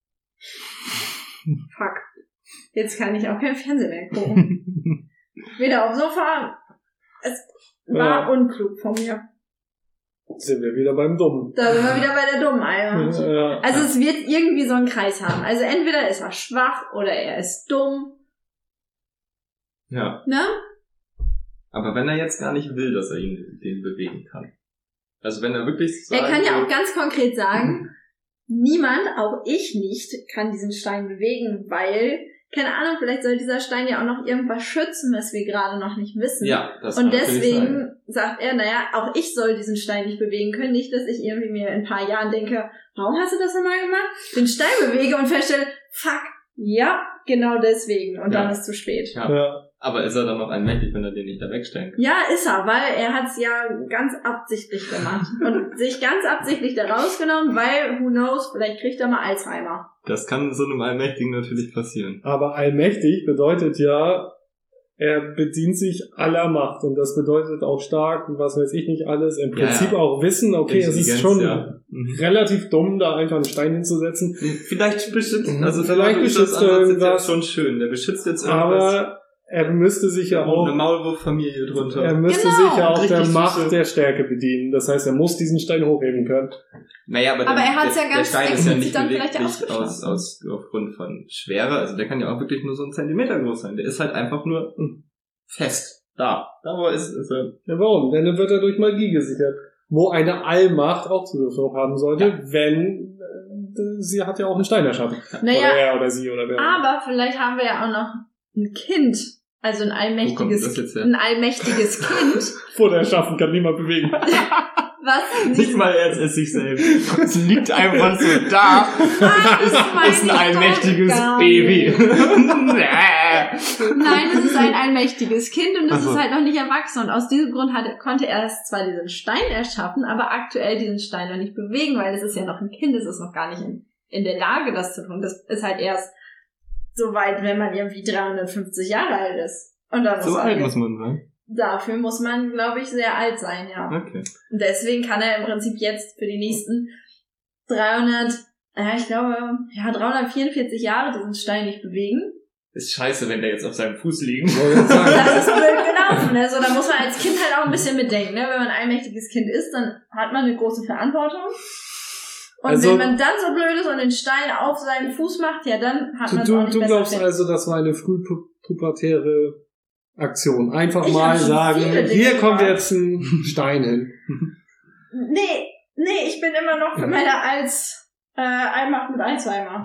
fuck, jetzt kann ich auch kein Fernsehen mehr gucken. Weder auf dem Sofa, es war
Ja.
unklug von mir.
Sind wir wieder beim Dummen.
Da sind wir wieder bei der dummen Eier.
Ja.
Also es wird irgendwie so einen Kreis haben. Also entweder ist er schwach oder er ist dumm.
Ja,
Ne?
aber wenn er jetzt gar nicht will, dass er ihn den bewegen kann. Also wenn er wirklich sagt,
Er kann ja auch ganz konkret sagen, niemand, auch ich nicht, kann diesen Stein bewegen, weil, keine Ahnung, vielleicht soll dieser Stein ja auch noch irgendwas schützen, was wir gerade noch nicht wissen.
ja, das
Und
kann natürlich sein.
deswegen sagt er, naja, auch ich soll diesen Stein nicht bewegen können. Nicht, dass ich irgendwie mir in ein paar Jahren denke, warum hast du das nochmal gemacht? Den Stein bewege und feststelle, fuck, ja, genau deswegen. Und
Ja.
dann ist zu spät.
Ja.
Ja.
Aber ist er dann noch allmächtig, wenn er den nicht da wegstellen kann?
Ja, ist er, weil er hat's ja ganz absichtlich gemacht. Und sich ganz absichtlich da rausgenommen, weil, who knows, vielleicht kriegt er mal Alzheimer.
Das kann so einem Allmächtigen natürlich passieren.
Aber allmächtig bedeutet ja, er bedient sich aller Macht. Und das bedeutet auch stark, was weiß ich nicht alles, im
Ja,
Prinzip
ja.
auch wissen, okay, es ist
Intelligenz,
schon
ja. Mhm.
relativ dumm, da einfach einen Stein hinzusetzen.
Vielleicht beschützt, also
Vielleicht
wenn man
beschützt
das ansatz,
er
ist ja
irgendwas.
schon schön. Der beschützt jetzt irgendwas.
Aber er müsste sich ja
eine
auch,
Maulwurf-Familie drunter.
er müsste
Genau.
sich ja auch der
Richtig
Macht
süße.
der Stärke bedienen. Das heißt, er muss diesen Stein hochheben können.
Naja, aber,
Aber
der,
er hat's
der,
ja ganz
der Stein ist ja nicht
explizit dann vielleicht ja
beweglich aus,
ausgeschlossen.
aus, aufgrund von Schwere. Also der kann ja auch wirklich nur so einen Zentimeter groß sein. Der ist halt einfach nur fest. Da. Da wo er ist, ist er.
Ja, warum? Denn dann wird er durch Magie gesichert. Wo eine Allmacht auch Zugriff drauf haben sollte,
Ja.
wenn äh, sie hat ja auch einen Stein erschaffen. Oder
Naja,
er oder sie oder wer.
aber vielleicht haben wir ja auch noch ein Kind. Also ein
Wo kommt das
allmächtiges,
jetzt her?
ein allmächtiges Kind.
Vor der Erschaffen kann niemand bewegen.
Was
Nicht mal er ist sich selbst. Es liegt einfach so da.
Das meine
Ist ein
ich doch
allmächtiges
gar
Baby.
Nein, es ist ein allmächtiges Kind und es
Ach so.
ist halt noch nicht erwachsen. Und aus diesem Grund hatte, konnte er es zwar diesen Stein erschaffen, aber aktuell diesen Stein noch nicht bewegen, weil es ist ja noch ein Kind, es ist noch gar nicht in, in der Lage, das zu tun. Das ist halt erst so weit, wenn man irgendwie dreihundertfünfzig Jahre alt ist. Und dann muss
So
man
alt
jetzt-
muss man sein.
Dafür muss man, glaube ich, sehr alt sein, ja.
Okay.
Und deswegen kann er im Prinzip jetzt für die nächsten dreihundert, ja, ich glaube, ja, dreihundertvierundvierzig Jahre diesen Stein nicht bewegen.
Ist scheiße, wenn der jetzt auf seinem Fuß liegen
Wollte ich sagen.
Das ist blöd gelaufen. Also da muss man als Kind halt auch ein bisschen bedenken. Ne? Wenn man ein allmächtiges Kind ist, dann hat man eine große Verantwortung. Und
Also-
wenn man dann so blöd ist und den Stein auf seinen Fuß macht, ja, dann hat
Du,
man es auch
du,
nicht
du
besser
glaubst
fit.
also, das war eine frühpubertäre Aktion. Einfach
Ich
mal
hab schon
sagen,
viele Dinge
hier kommt
gemacht.
jetzt ein Stein hin.
Nee, nee, ich bin immer noch für meine als äh, Allmacht mit Alzheimer.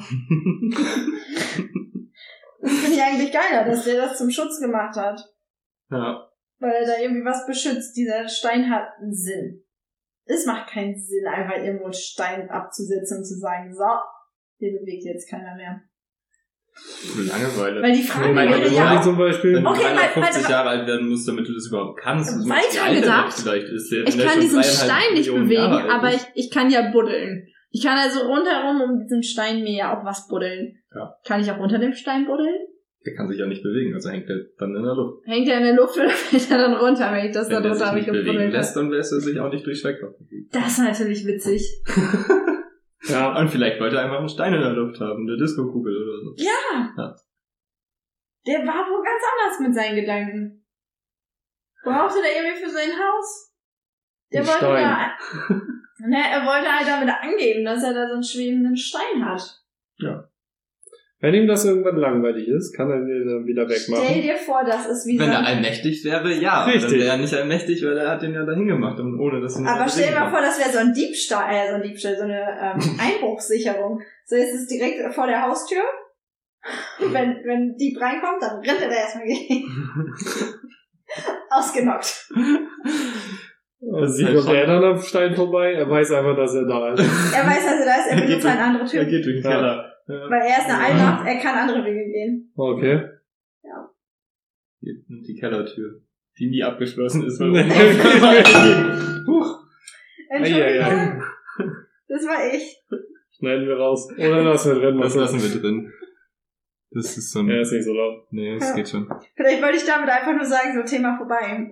Das finde ich eigentlich geiler, dass der das zum Schutz gemacht hat.
Ja.
Weil er da irgendwie was beschützt. Dieser Stein hat einen Sinn. Es macht keinen Sinn, einfach irgendwo einen Stein abzusetzen und zu sagen, so, hier bewegt jetzt keiner mehr.
Langeweile.
Weil die Frage
Ich meine,
wäre
wenn du
ja
Ronny
auch,
zum Beispiel.
Wenn du
Okay,
dreiundfünfzig
weil- weil-
Jahre alt werden musst, damit du das überhaupt kannst. Das
Weiter
ist wie
gedacht.
Vielleicht ist der,
ich
wenn der
kann
schon
diesen
dreieinhalb
Stein nicht
Millionen
bewegen,
Jahre alt
aber
ist.
ich, ich kann ja buddeln. Ich kann also rundherum um diesen Stein mir ja auch was buddeln.
Ja.
Kann ich auch unter dem Stein buddeln?
Der kann sich ja nicht bewegen, also hängt er dann in der Luft.
Hängt er in der Luft oder fällt er dann runter, wenn ich das da
Wenn er
drunter
sich
habe
nicht
ich
bewegen
gebuddelt habe?
lässt, dann lässt er sich auch nicht durch Schwerkraft bewegen.
Das ist natürlich witzig.
Ja,
Und vielleicht wollte er einfach einen Stein in der Luft haben, eine Disco-Kugel oder so.
Ja.
Ja.
Der war wohl ganz anders mit seinen Gedanken. Brauchte der irgendwie für sein Haus? Der
Ein
wollte
Stein.
da, ne, er wollte halt damit angeben, dass er da so einen schwebenden Stein hat.
wenn ihm das irgendwann langweilig ist, kann er den dann wieder
Stell
wegmachen.
dir vor, das ist wie
Wenn
so
er
ein...
allmächtig wäre, ja. Aber
Richtig.
dann wäre er nicht allmächtig, weil er hat den ja dahin gemacht, und ohne dass ihn
Aber
jemand
stell dir mal
bewegen
vor, das wäre so ein Diebstahl, äh, so ein Diebstahl, so eine ähm, Einbruchssicherung. So ist es direkt vor der Haustür. Und wenn, wenn ein Dieb reinkommt, dann rennt er da erstmal gegen. Ausgenockt.
Er sieht auch er dann am Stein vorbei, er weiß einfach, dass er da ist.
Er weiß also, da ist, er
Er geht
benutzt eine andere
kann.
Tür.
Er geht durch den
Ja.
Keller. Ja.
Weil er ist eine Allmacht, er kann andere Wege gehen.
Okay.
Geht in die Kellertür, die nie abgeschlossen ist. Weil
Nee.
Huch.
Entschuldigung.
Eieiei.
Das war ich.
Schneiden wir raus. Oder lassen wir drin.
Das lassen wir drin. Das ist so ein...
Ja, ist nicht so laut.
Nee, das
Ja.
geht schon.
Vielleicht wollte ich damit einfach nur sagen, so Thema vorbei.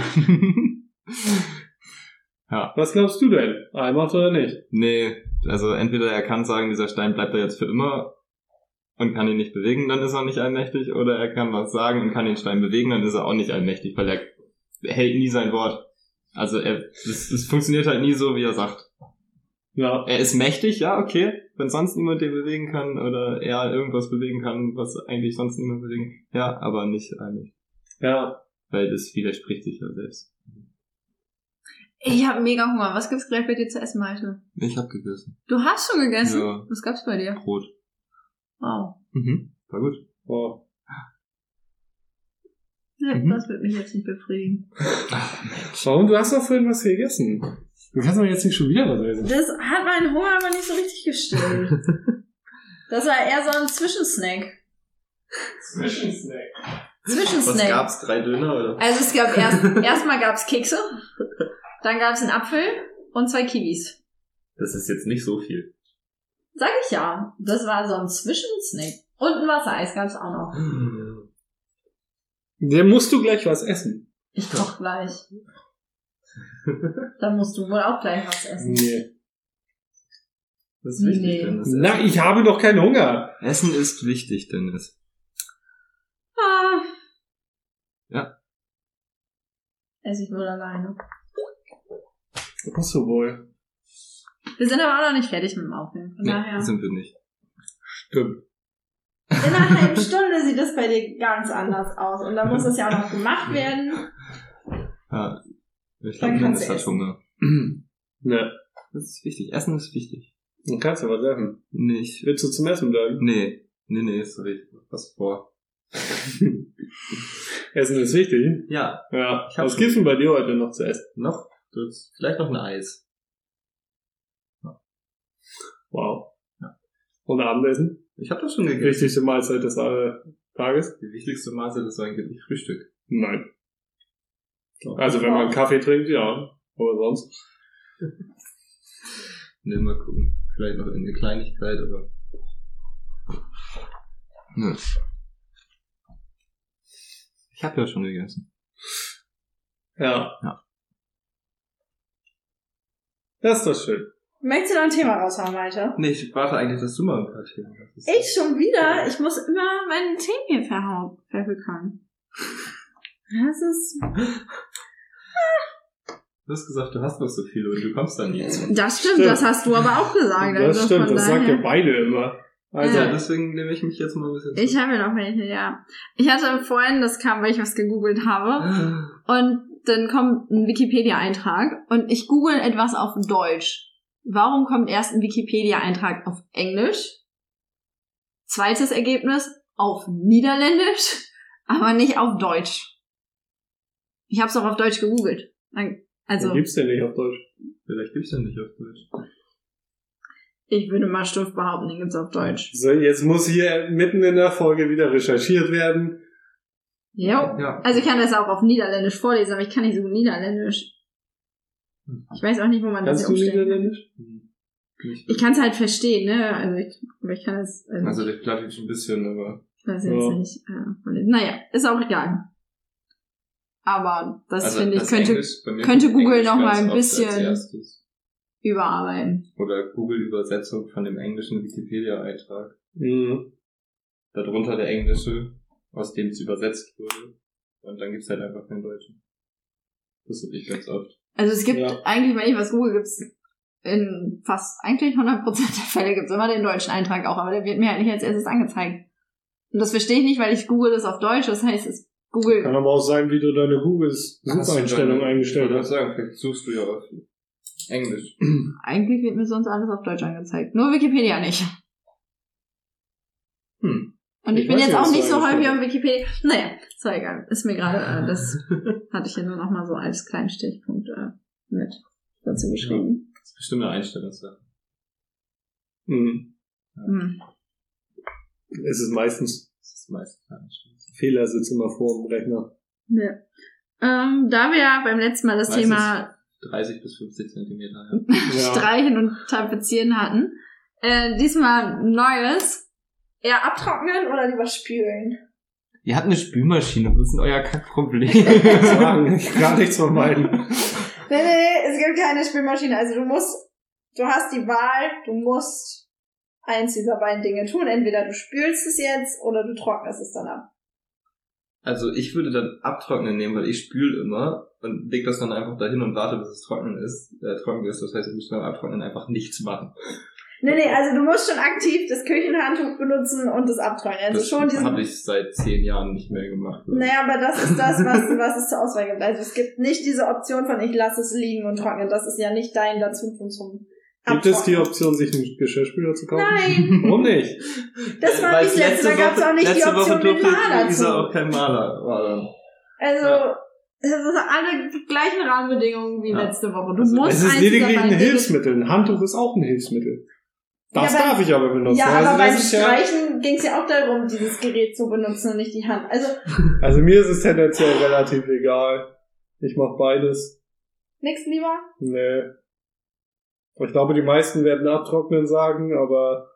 Ja.
Was glaubst du denn? Allmacht oder nicht?
Nee, also entweder er kann sagen, dieser Stein bleibt da jetzt für immer und kann ihn nicht bewegen, dann ist er nicht allmächtig, oder er kann was sagen und kann den Stein bewegen, dann ist er auch nicht allmächtig, weil er hält nie sein Wort. Also er, das, das funktioniert halt nie so, wie er sagt.
Ja.
Er ist mächtig, ja, okay, wenn sonst niemand den bewegen kann oder er irgendwas bewegen kann, was eigentlich sonst niemand bewegen, ja, aber nicht allmächtig.
Ja.
Weil das widerspricht sich ja selbst.
Ich habe mega Hunger. Was gibt's gleich bei dir zu essen, Malte?
Ich hab gegessen.
Du hast schon gegessen?
Ja.
Was gab's bei dir?
Brot.
Wow.
Mhm. War gut.
Wow.
Ja,
Mhm.
Das wird mich jetzt nicht befriedigen.
Warum? Du hast doch vorhin was gegessen. Du kannst doch jetzt nicht schon wieder was essen.
Das hat meinen Hunger aber nicht so richtig gestillt. Das war eher so ein Zwischensnack.
Zwischensnack.
Was
Zwischensnack.
gab's? Drei Döner oder?
Also es gab erst, erstmal gab's Kekse, dann gab's einen Apfel und zwei Kiwis.
Das ist jetzt nicht so viel.
Sag ich ja. Das war so ein Zwischensnack. Und ein Wassereis gab's auch noch.
Der musst du gleich was essen.
Ich koch gleich. Dann musst du wohl auch gleich was essen.
Nee.
Das ist wichtig,
Nee.
Dennis.
Na, ich habe doch keinen Hunger.
Essen ist wichtig, Dennis.
Ah.
Ja.
Esse ich wohl alleine.
Ach so wohl.
Wir sind aber auch noch nicht fertig mit dem Aufnehmen. Von
Nee,
daher.
sind wir nicht.
Stimmt.
In einer halben Stunde sieht das bei dir ganz anders aus. Und dann muss das ja auch noch gemacht werden.
Ja. Ich
Dann
glaube,
kannst
Dennis
du
hat
essen.
Hunger.
Ne.
Das ist wichtig. Essen ist wichtig.
Dann kannst du was essen.
Nicht.
Willst du zum Essen bleiben?
Nee. Nee, nee, sorry. Was vor?
Essen ist wichtig.
Ja.
Ja.
Ich hab
Was
schon-
gibt's denn bei dir heute noch zu essen?
Noch? Das, vielleicht noch ein Eis.
Wow.
Ja.
Und Abendessen?
Ich habe das schon
Die
gegessen.
wichtigste Mahlzeit des äh, Tages?
Die wichtigste Mahlzeit ist eigentlich Frühstück.
Nein. Also wenn man einen Kaffee trinkt, ja. Aber sonst?
Ne, mal gucken. Vielleicht noch eine Kleinigkeit, aber... Nö. Ich habe ja schon gegessen.
Ja.
Ja.
Das ist doch schön.
Möchtest du noch ein Thema raushauen, Malte?
Nee, ich warte eigentlich, dass du mal ein paar Themen hast.
Ich schon wieder? Ich muss immer meine Themen hier verhauen, verhökern. Das ist...
Du hast gesagt, du hast noch so viele und du kommst da nie zu.
Das stimmt,
Stimmt.
das hast du aber auch gesagt.
Das
also
stimmt,
von
das
daher.
sagt ihr beide immer. Also,
Ja,
Ja.
deswegen nehme ich mich jetzt mal ein bisschen
Ich habe ja noch welche, ja. Ich hatte vorhin, das kam, weil ich was gegoogelt habe. Und dann kommt ein Wikipedia-Eintrag und ich google etwas auf Deutsch. Warum kommt erst ein Wikipedia-Eintrag auf Englisch? Zweites Ergebnis auf Niederländisch, aber nicht auf Deutsch. Ich habe es auch auf Deutsch gegoogelt. Dann- Also,
gibt's denn nicht auf Deutsch?
Vielleicht gibt's ja nicht auf Deutsch.
Ich würde mal stumpf behaupten, den gibt's auf Deutsch.
So, jetzt muss hier mitten in der Folge wieder recherchiert werden.
Jo.
Ja.
Also ich kann das auch auf Niederländisch vorlesen, aber ich kann nicht so gut Niederländisch. Ich weiß auch nicht, wo man das
Kannst du
hier umstellen kann.
Niederländisch?
Ich kann es halt verstehen, ne? Also ich, aber ich kann es. Also,
Also der Plattdeutsch ein bisschen, aber...
ich weiß jetzt
Ja.
nicht. Äh, vorlesen. Naja, ist auch egal. Aber das
also
finde ich,
das
könnte,
Englisch- bei mir
könnte
kommt
Google
Englisch
noch mal
ganz
ein
oft als
bisschen-
erstes.
überarbeiten.
Oder Google-Übersetzung von dem englischen Wikipedia-Eintrag.
Mhm.
Darunter der englische, aus dem es übersetzt wurde. Und dann gibt's halt einfach keinen Deutschen. Das habe ich ganz oft.
Also es gibt
Ja.
eigentlich, wenn ich was google, gibt's in fast eigentlich hundert Prozent der Fälle gibt's immer den deutschen Eintrag auch, aber der wird mir halt nicht als erstes angezeigt. Und das verstehe ich nicht, weil ich google das auf Deutsch, das heißt, es Google...
Kann aber auch sein, wie du deine Google-Sucheinstellung eingestellt
Ich
hast.
wollte sagen, vielleicht suchst du ja auf Englisch.
Eigentlich wird mir sonst alles auf Deutsch angezeigt. Nur Wikipedia nicht.
Hm.
Und ich,
Ich
bin
weiß
jetzt
nicht,
auch
was
nicht
du
so häufig
eingestellt
auf Wikipedia. Naja, ist doch egal. Ist mir gerade, äh, das hatte ich hier nur noch mal so als kleinen Stichpunkt äh, mit dazu geschrieben.
Das ist bestimmt eine Einstellungssache.
Mhm.
Hm.
Es ist meistens
Das ist meistens eine Einstellungssache.
Fehler sitzt immer vor dem Rechner.
Ja. Ähm, da wir ja beim letzten Mal das
Meistens
Thema
dreißig bis fünfzig Zentimeter, ja.
Ja.
Streichen und Tapezieren hatten, äh, diesmal Neues. Eher abtrocknen oder lieber spülen?
Ihr habt eine Spülmaschine, was ist denn euer Kackproblem?
Sagen, gar nichts von beiden.
Nee, nee, nee, es gibt keine Spülmaschine. Also du musst, du hast die Wahl, du musst eins dieser beiden Dinge tun. Entweder du spülst es jetzt oder du trocknest es dann ab.
Also ich würde dann abtrocknen nehmen, weil ich spüle immer und leg das dann einfach dahin und warte, bis es trocken ist, äh, trocken ist. Das heißt, ich muss beim Abtrocknen einfach nichts machen.
Nee, nee, also du musst schon aktiv das Küchenhandtuch benutzen und das abtrocknen. Also
Das
schon diesen...
habe ich seit zehn Jahren nicht mehr gemacht.
Naja, aber das ist das, was, was es zur Auswahl gibt. Also es gibt nicht diese Option von ich lasse es liegen und trocknen. Das ist ja nicht dein Dazutun zum Abtrocknen.
Gibt es die Option, sich einen Geschirrspüler zu kaufen?
Nein,
Warum nicht?
das war
Weil
nicht letzte, da gab es auch nicht die
letzte
Option
Woche
mit
durfte
Maler
Lisa
zu.
auch kein Maler war.
Also,
Ja.
es sind alle die gleichen Rahmenbedingungen wie
Ja.
letzte Woche. Du
Also,
musst
Es ist
eins dieser
lediglich ein
beiden Dinge-
Hilfsmittel. Ein Handtuch ist auch ein Hilfsmittel. Das
Ja, aber-
darf ich aber benutzen.
Ja,
also
aber
das
beim
ist ja,
Streichen ging es ja auch darum, dieses Gerät zu benutzen und nicht die Hand. Also,
also mir ist es tendenziell relativ egal. Ich mach beides.
nix lieber?
Nee. Ich glaube, die meisten werden abtrocknen sagen, aber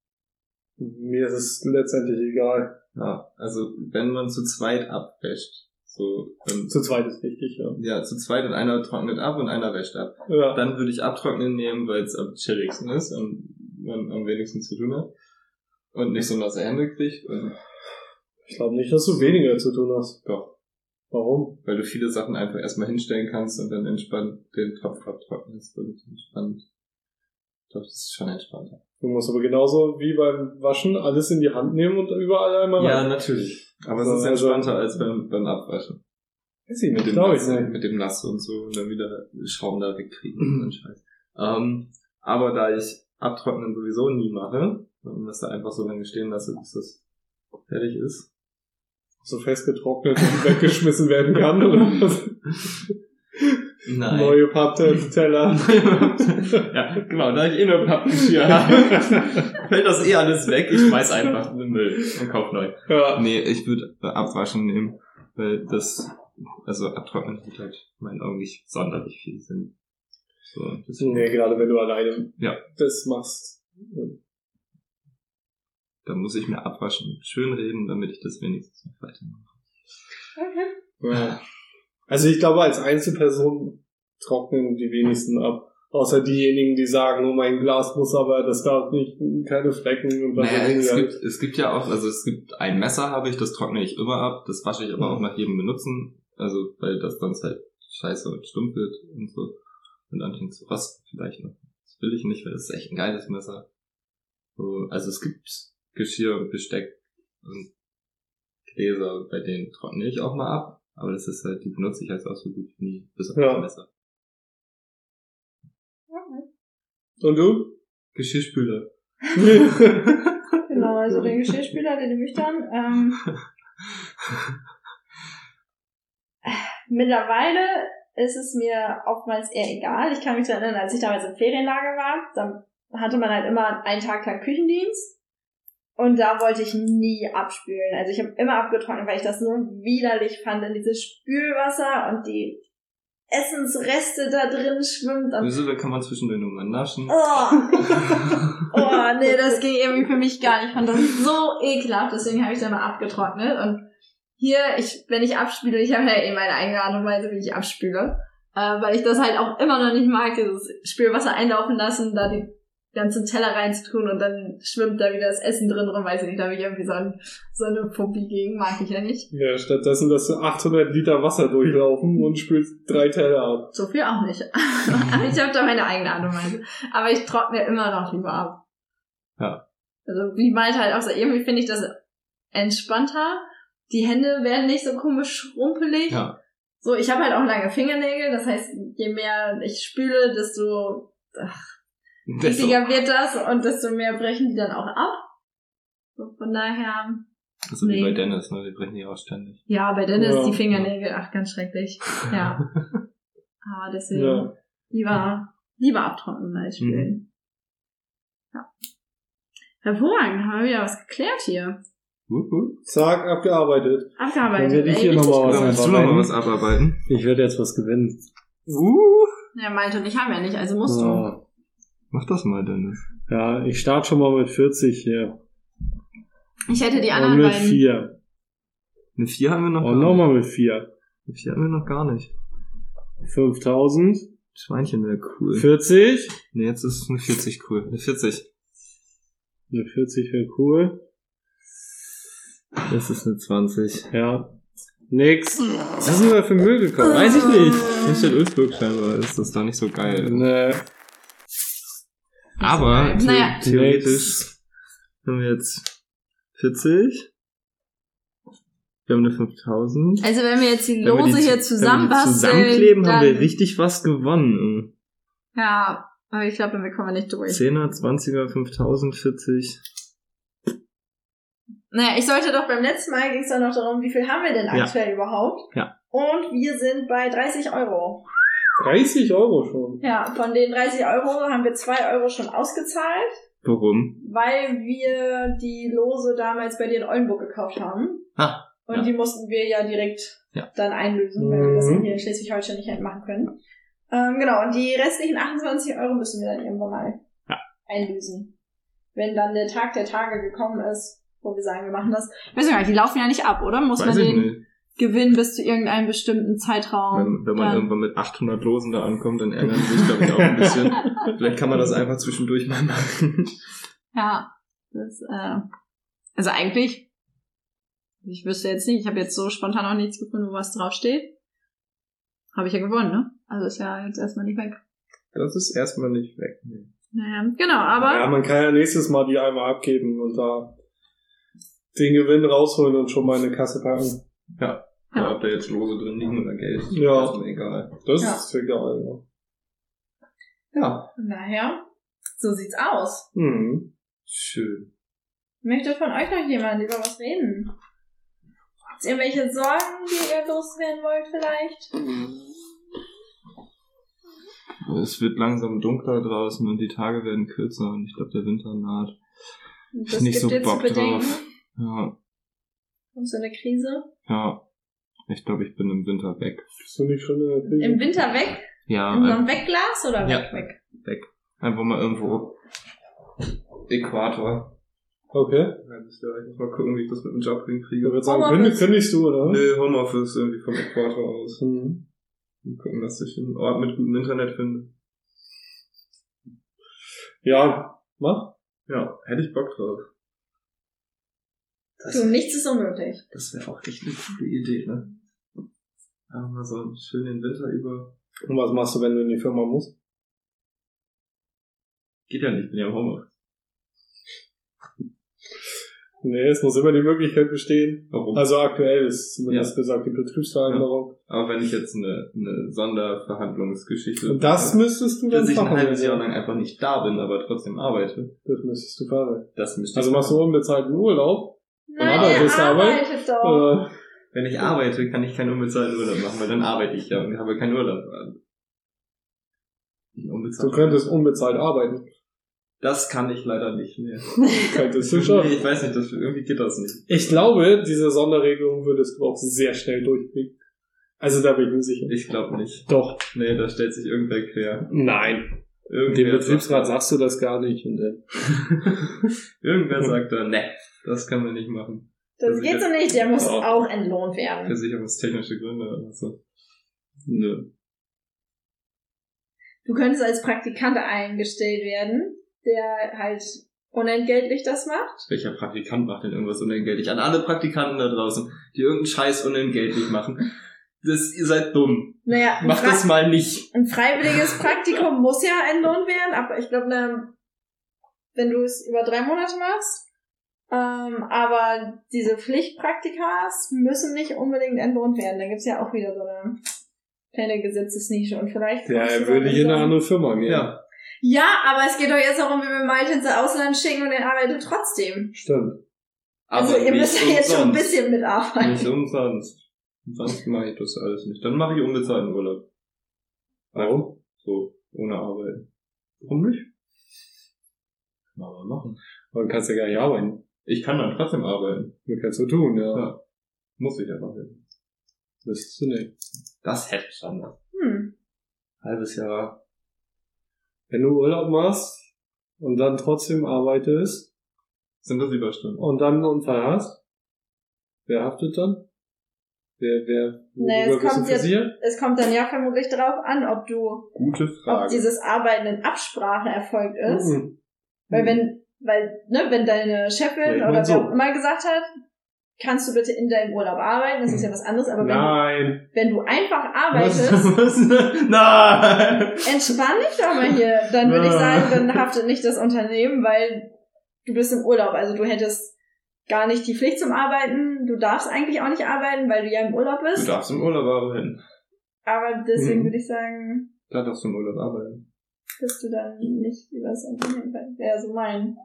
mir ist es letztendlich egal.
Ja, also wenn man zu zweit abwäscht, so, ähm,
Zu zweit ist wichtig, ja.
ja, zu zweit und einer trocknet ab und einer wäscht ab.
Ja.
Dann würde ich abtrocknen nehmen, weil es am chilligsten ist und man am wenigsten zu tun hat. Und nicht so nasse Hände kriegt. Und
Ich glaube nicht, dass du weniger zu tun hast.
doch,
Warum?
weil du viele Sachen einfach erstmal hinstellen kannst und dann entspannt den Topf abtrocknest und entspannt. Ich glaube, das ist schon entspannter.
Du musst aber genauso wie beim Waschen alles in die Hand nehmen und überall einmal rein.
Ja, natürlich. Aber es
So,
ist
also-
entspannter als beim, beim Abwaschen.
Weiß ich
Mit
nicht,
dem,
glaube ich
Nass,
nicht.
mit dem Nass und so und dann wieder Schaum da wegkriegen und so ein Scheiß. Ähm, aber da ich Abtrocknen sowieso nie mache und das da einfach so lange stehen lasse, bis das fertig ist.
So festgetrocknet und weggeschmissen werden kann, oder was?
Nein.
Neue Pappteller.
Ja, genau, da ich eh nur Pappgeschirr habe, fällt das eh alles weg. Ich schmeiß einfach in den Müll und kauf neu.
Ja.
Nee, ich würde Abwaschen nehmen, weil das, also Abtrocknen tut halt in meinen Augen nicht sonderlich viel Sinn. So, deswegen-
Nee, gerade wenn du alleine
Ja.
das machst.
Da muss ich mir Abwaschen schön reden, damit ich das wenigstens noch weitermache.
Okay.
Ja. Also ich glaube, als Einzelperson trocknen die wenigsten ab. Außer diejenigen, die sagen, oh, mein Glas muss aber, das darf nicht, keine Flecken und was
Naja,
auch
es
immer.
gibt, es gibt ja auch, also es gibt ein Messer habe ich, das trockne ich immer ab, das wasche ich aber auch nach jedem Benutzen, also weil das sonst halt scheiße und stumpf wird und so und anfängt zu rosten vielleicht noch. Das will ich nicht, weil das ist echt ein geiles Messer. So, also es gibt Geschirr und Besteck und Gläser, bei denen trockne ich auch mal ab, aber das ist halt, die benutze ich halt auch so gut wie nie, bis auf
Ja.
das Messer.
Und du?
Geschirrspüler.
Genau, also den Geschirrspüler, den nehme ich dann. Ähm, mittlerweile ist es mir oftmals eher egal. Ich kann mich daran erinnern, als ich damals im Ferienlager war, dann hatte man halt immer einen Tag lang Küchendienst. Und da wollte ich nie abspülen. Also ich habe immer abgetrocknet, weil ich das so widerlich fand, in dieses Spülwasser und die Essensreste da drin schwimmt. Und
Wieso, da kann man zwischendurch nur mal naschen.
oh. oh, nee, das ging irgendwie für mich gar nicht. Ich fand das so ekelhaft, deswegen habe ich da mal abgetrocknet. Und hier, ich, wenn ich abspüle, ich habe ja eh meine eigene Art und Weise, wie ich abspüle. Äh, weil ich das halt auch immer noch nicht mag, dieses Spülwasser einlaufen lassen, da die ganzen Teller reinzutun und dann schwimmt da wieder das Essen drin rum, weiß ich nicht, da habe ich irgendwie so, ein, so eine Phobie gegen, mag ich ja nicht.
Ja, stattdessen, dass du achthundert Liter Wasser durchlaufen und spülst drei Teller ab.
So viel auch nicht. Ich habe da meine eigene Art und Weise. Aber ich trockne immer noch lieber ab.
Ja.
Also wie meinte halt auch so, irgendwie finde ich das entspannter. Die Hände werden nicht so komisch schrumpelig.
Ja.
So, ich habe halt auch lange Fingernägel, das heißt, je mehr ich spüle, desto ach, wichtiger wird das und desto mehr brechen die dann auch ab. So, von daher...
Also
nee.
wie bei Dennis, ne? Die brechen die auch ständig.
Ja, bei Dennis
Ja.
die Fingernägel, ach, ganz schrecklich. Ja. Aber deswegen
Ja.
lieber, lieber abtrocknen als spülen. Mhm. Ja. Hervorragend, haben wir wieder was geklärt hier.
Uh, uh.
Zack, abgearbeitet.
Abgearbeitet.
Dann werde ich
Ey,
hier
richtig
nochmal
gut.
was
Willst du noch mal was abarbeiten?
Ich werde jetzt was gewinnen.
Uh.
Ja, Malte und ich haben ja nicht, also musst du.
Ja.
Mach das mal, Dennis.
Ja, ich starte schon mal mit vierzig hier.
Ich hätte die
Und
anderen
mit
beiden.
vier.
Eine vier haben wir noch
Und
gar nicht.
nochmal mit vier.
Eine vier haben wir noch gar nicht.
fünftausend.
Schweinchen wäre cool.
vierzig.
Ne, jetzt ist eine vierzig cool. Eine vierzig.
Eine vierzig wäre cool.
Das ist eine zwanzig.
Ja. Nix. Was ist denn da für Müll gekommen?
Weiß ich nicht. Hier steht Ulfburg scheinbar. Ist das doch nicht so geil.
Ne.
Aber the
Naja.
theoretisch haben wir jetzt vierzig. Wir haben eine fünftausend.
Also wenn wir jetzt die
Wenn wir
Lose
die
hier
zu- wenn wir die
zusammenbasteln,
zusammenkleben,
dann,
haben wir richtig was gewonnen.
ja, aber ich glaube, damit kommen wir nicht durch.
Zehner, zwanziger, fünftausend, vierzig.
Naja, ich sollte doch beim letzten Mal ging es doch noch darum, wie viel haben wir denn
Ja.
aktuell überhaupt?
Ja.
Und wir sind bei dreißig Euro.
dreißig Euro schon.
Ja, von den dreißig Euro haben wir zwei Euro schon ausgezahlt,
Warum?
weil wir die Lose damals bei dir in Oldenburg gekauft haben.
Ah,
Und
ja.
die mussten wir ja direkt
Ja.
dann einlösen, weil wir das
Mhm.
hier in Schleswig-Holstein nicht hätten machen können. Ähm, genau, und die restlichen achtundzwanzig Euro müssen wir dann irgendwann mal
Ja.
einlösen. Wenn dann der Tag der Tage gekommen ist, wo wir sagen, wir machen das. Ich weiß gar nicht, die laufen ja nicht ab, oder? Muss
weiß
man
ich
den
nicht.
Gewinn bis zu irgendeinem bestimmten Zeitraum.
Wenn, wenn man
dann-
irgendwann mit achthundert Losen da ankommt, dann ärgern sie sich, glaube ich, auch ein bisschen. Vielleicht kann man das einfach zwischendurch mal machen.
Ja, das, äh, also eigentlich, ich wüsste jetzt nicht, ich habe jetzt so spontan auch nichts gefunden, wo was draufsteht. Habe ich ja gewonnen, ne? Also ist ja jetzt erstmal nicht weg.
Das ist erstmal nicht weg. Nee.
Naja, genau, aber
Ja, man kann ja nächstes Mal die einmal abgeben und da den Gewinn rausholen und schon mal in eine Kasse packen.
Ja.
Ja.
Ja, ob da jetzt Lose drin liegen oder Geld,
Ja.
ist mir egal.
Das
Ja.
ist egal. Ja.
Ja.
von daher, so sieht's aus.
Mhm.
Schön.
Möchte von euch noch jemand über was reden? Habt ihr irgendwelche Sorgen, die ihr loswerden wollt vielleicht?
Es wird langsam dunkler draußen und die Tage werden kürzer und ich glaube, der Winter naht.
Das
Nicht
gibt
so
dir zu
Bock
bedenken.
drauf. Ja,
Kommt so eine Krise?
ja. Ich glaube, ich bin im Winter weg.
Bist du nicht schon in der Krise?
Im Winter weg?
Ja,
In so
ein-
einem Wegglas oder weg,
Ja.
weg?
weg. Einfach mal irgendwo. Äquator.
Okay.
Ja, das ja, ich muss mal gucken, wie ich das mit dem Job
Ich
hinkriege.
würde sagen,
Homeoffice.
kündig, kündigst du, oder?
Nee, Homeoffice irgendwie vom Äquator aus.
Mhm.
Und gucken, dass ich einen Ort mit gutem Internet finde.
Ja, mach.
Ja, hätte ich Bock drauf. Das,
Du, nichts ist unmöglich.
das wäre auch echt eine coole Idee, ne? Aber mal so schön den Winter über.
Und was machst du, wenn du in die Firma musst?
Geht ja nicht, ich bin ja im Homeoffice.
Nee, es muss immer die Möglichkeit bestehen.
Warum?
Also aktuell ist zumindest
Ja.
gesagt die Betriebsvereinbarung.
Aber wenn ich jetzt eine, eine Sonderverhandlungsgeschichte.
Und das müsstest du dann
dass ich ein
machen.
halbes Jahr lang einfach nicht da bin, aber trotzdem arbeite.
Das müsstest du fahren.
Das müsste
Also
ich
machst du
machen.
unbezahlten Urlaub.
Nein,
arbeitest
ihr
du Arbeit?
arbeitet doch.
Äh,
Wenn ich arbeite, kann ich keinen unbezahlten Urlaub machen, weil dann arbeite ich ja und habe keinen Urlaub.
du könntest unbezahlt arbeiten.
Das kann ich leider nicht mehr.
Könntest du schon.
Nee, ich weiß nicht, das, irgendwie geht das nicht.
Ich glaube, diese Sonderregelung würdest du auch sehr schnell durchbringen. Also da bin ich mir sicher.
Ich glaube nicht.
Doch.
Nee, da stellt sich irgendwer quer.
Nein.
Irgendwer
Dem Betriebsrat
sagt,
sagst du das gar nicht. Und dann
irgendwer sagt da, ne, das kann man nicht machen.
Das geht so nicht, der muss
Ja.
auch entlohnt werden.
Versicherungstechnische Gründe oder so.
Nö.
Du könntest als Praktikant eingestellt werden, der halt unentgeltlich das macht.
Welcher Praktikant macht denn irgendwas unentgeltlich? An alle Praktikanten da draußen, die irgendeinen Scheiß unentgeltlich machen. Das, ihr seid dumm.
Naja, ein,
Macht
Fra-
das mal nicht.
ein freiwilliges Praktikum muss ja entlohnt werden, aber ich glaube, ne, wenn du es über drei Monate machst, ähm, aber diese Pflichtpraktikas müssen nicht unbedingt entlohnt werden. Da gibt's ja auch wieder so eine kleine Gesetzesnische und vielleicht...
Ja,
kommst du
er würde
dann
hier in
so-
eine andere Firma gehen.
Ja.
Ja, aber es geht doch jetzt darum, wie wir Malte ins Ausland schicken und er arbeitet trotzdem.
Stimmt.
Also ihr müsst ja jetzt schon ein bisschen mitarbeiten.
Nicht umsonst. Sonst mache ich das alles nicht. Dann mache ich unbezahlten Urlaub.
Warum?
So, ohne Arbeiten. Warum nicht? Kann man mal machen.
Aber dann kannst du ja gar nicht arbeiten.
Ich kann dann trotzdem arbeiten.
Das kannst du tun, ja.
Ja. Muss ich aber nicht.
Müsstest du nicht.
Das hätte ich dann.
Hm.
Halbes Jahr.
Wenn du Urlaub machst und dann trotzdem arbeitest
Sind das Überstunden?
und dann einen Unfall hast, wer haftet dann? Wer, wer,
Naja, es
worüber bist du
kommt jetzt-
versichert?
Es kommt dann ja vermutlich darauf an, ob du,
Gute
ob
Frage.
dieses Arbeiten in Absprache erfolgt ist.
Mhm.
Weil wenn, weil, ne, wenn deine Chefin
Ja, ich mein
oder
so.
wer auch immer gesagt hat, kannst du bitte in deinem Urlaub arbeiten, das ist ja was anderes, aber wenn du,
Nein.
wenn du einfach
Was?
arbeitest,
Was? Nein!
entspann dich doch mal hier, dann würde ich
Ja.
sagen, dann haftet nicht das Unternehmen, weil du bist im Urlaub, also du hättest gar nicht die Pflicht zum Arbeiten, du darfst eigentlich auch nicht arbeiten, weil du ja im Urlaub
Du
bist,
darfst im Urlaub arbeiten.
aber deswegen
Mhm.
würde ich sagen,
Da darfst du im Urlaub arbeiten.
dass du dann nicht über das Unternehmen, wäre so mein.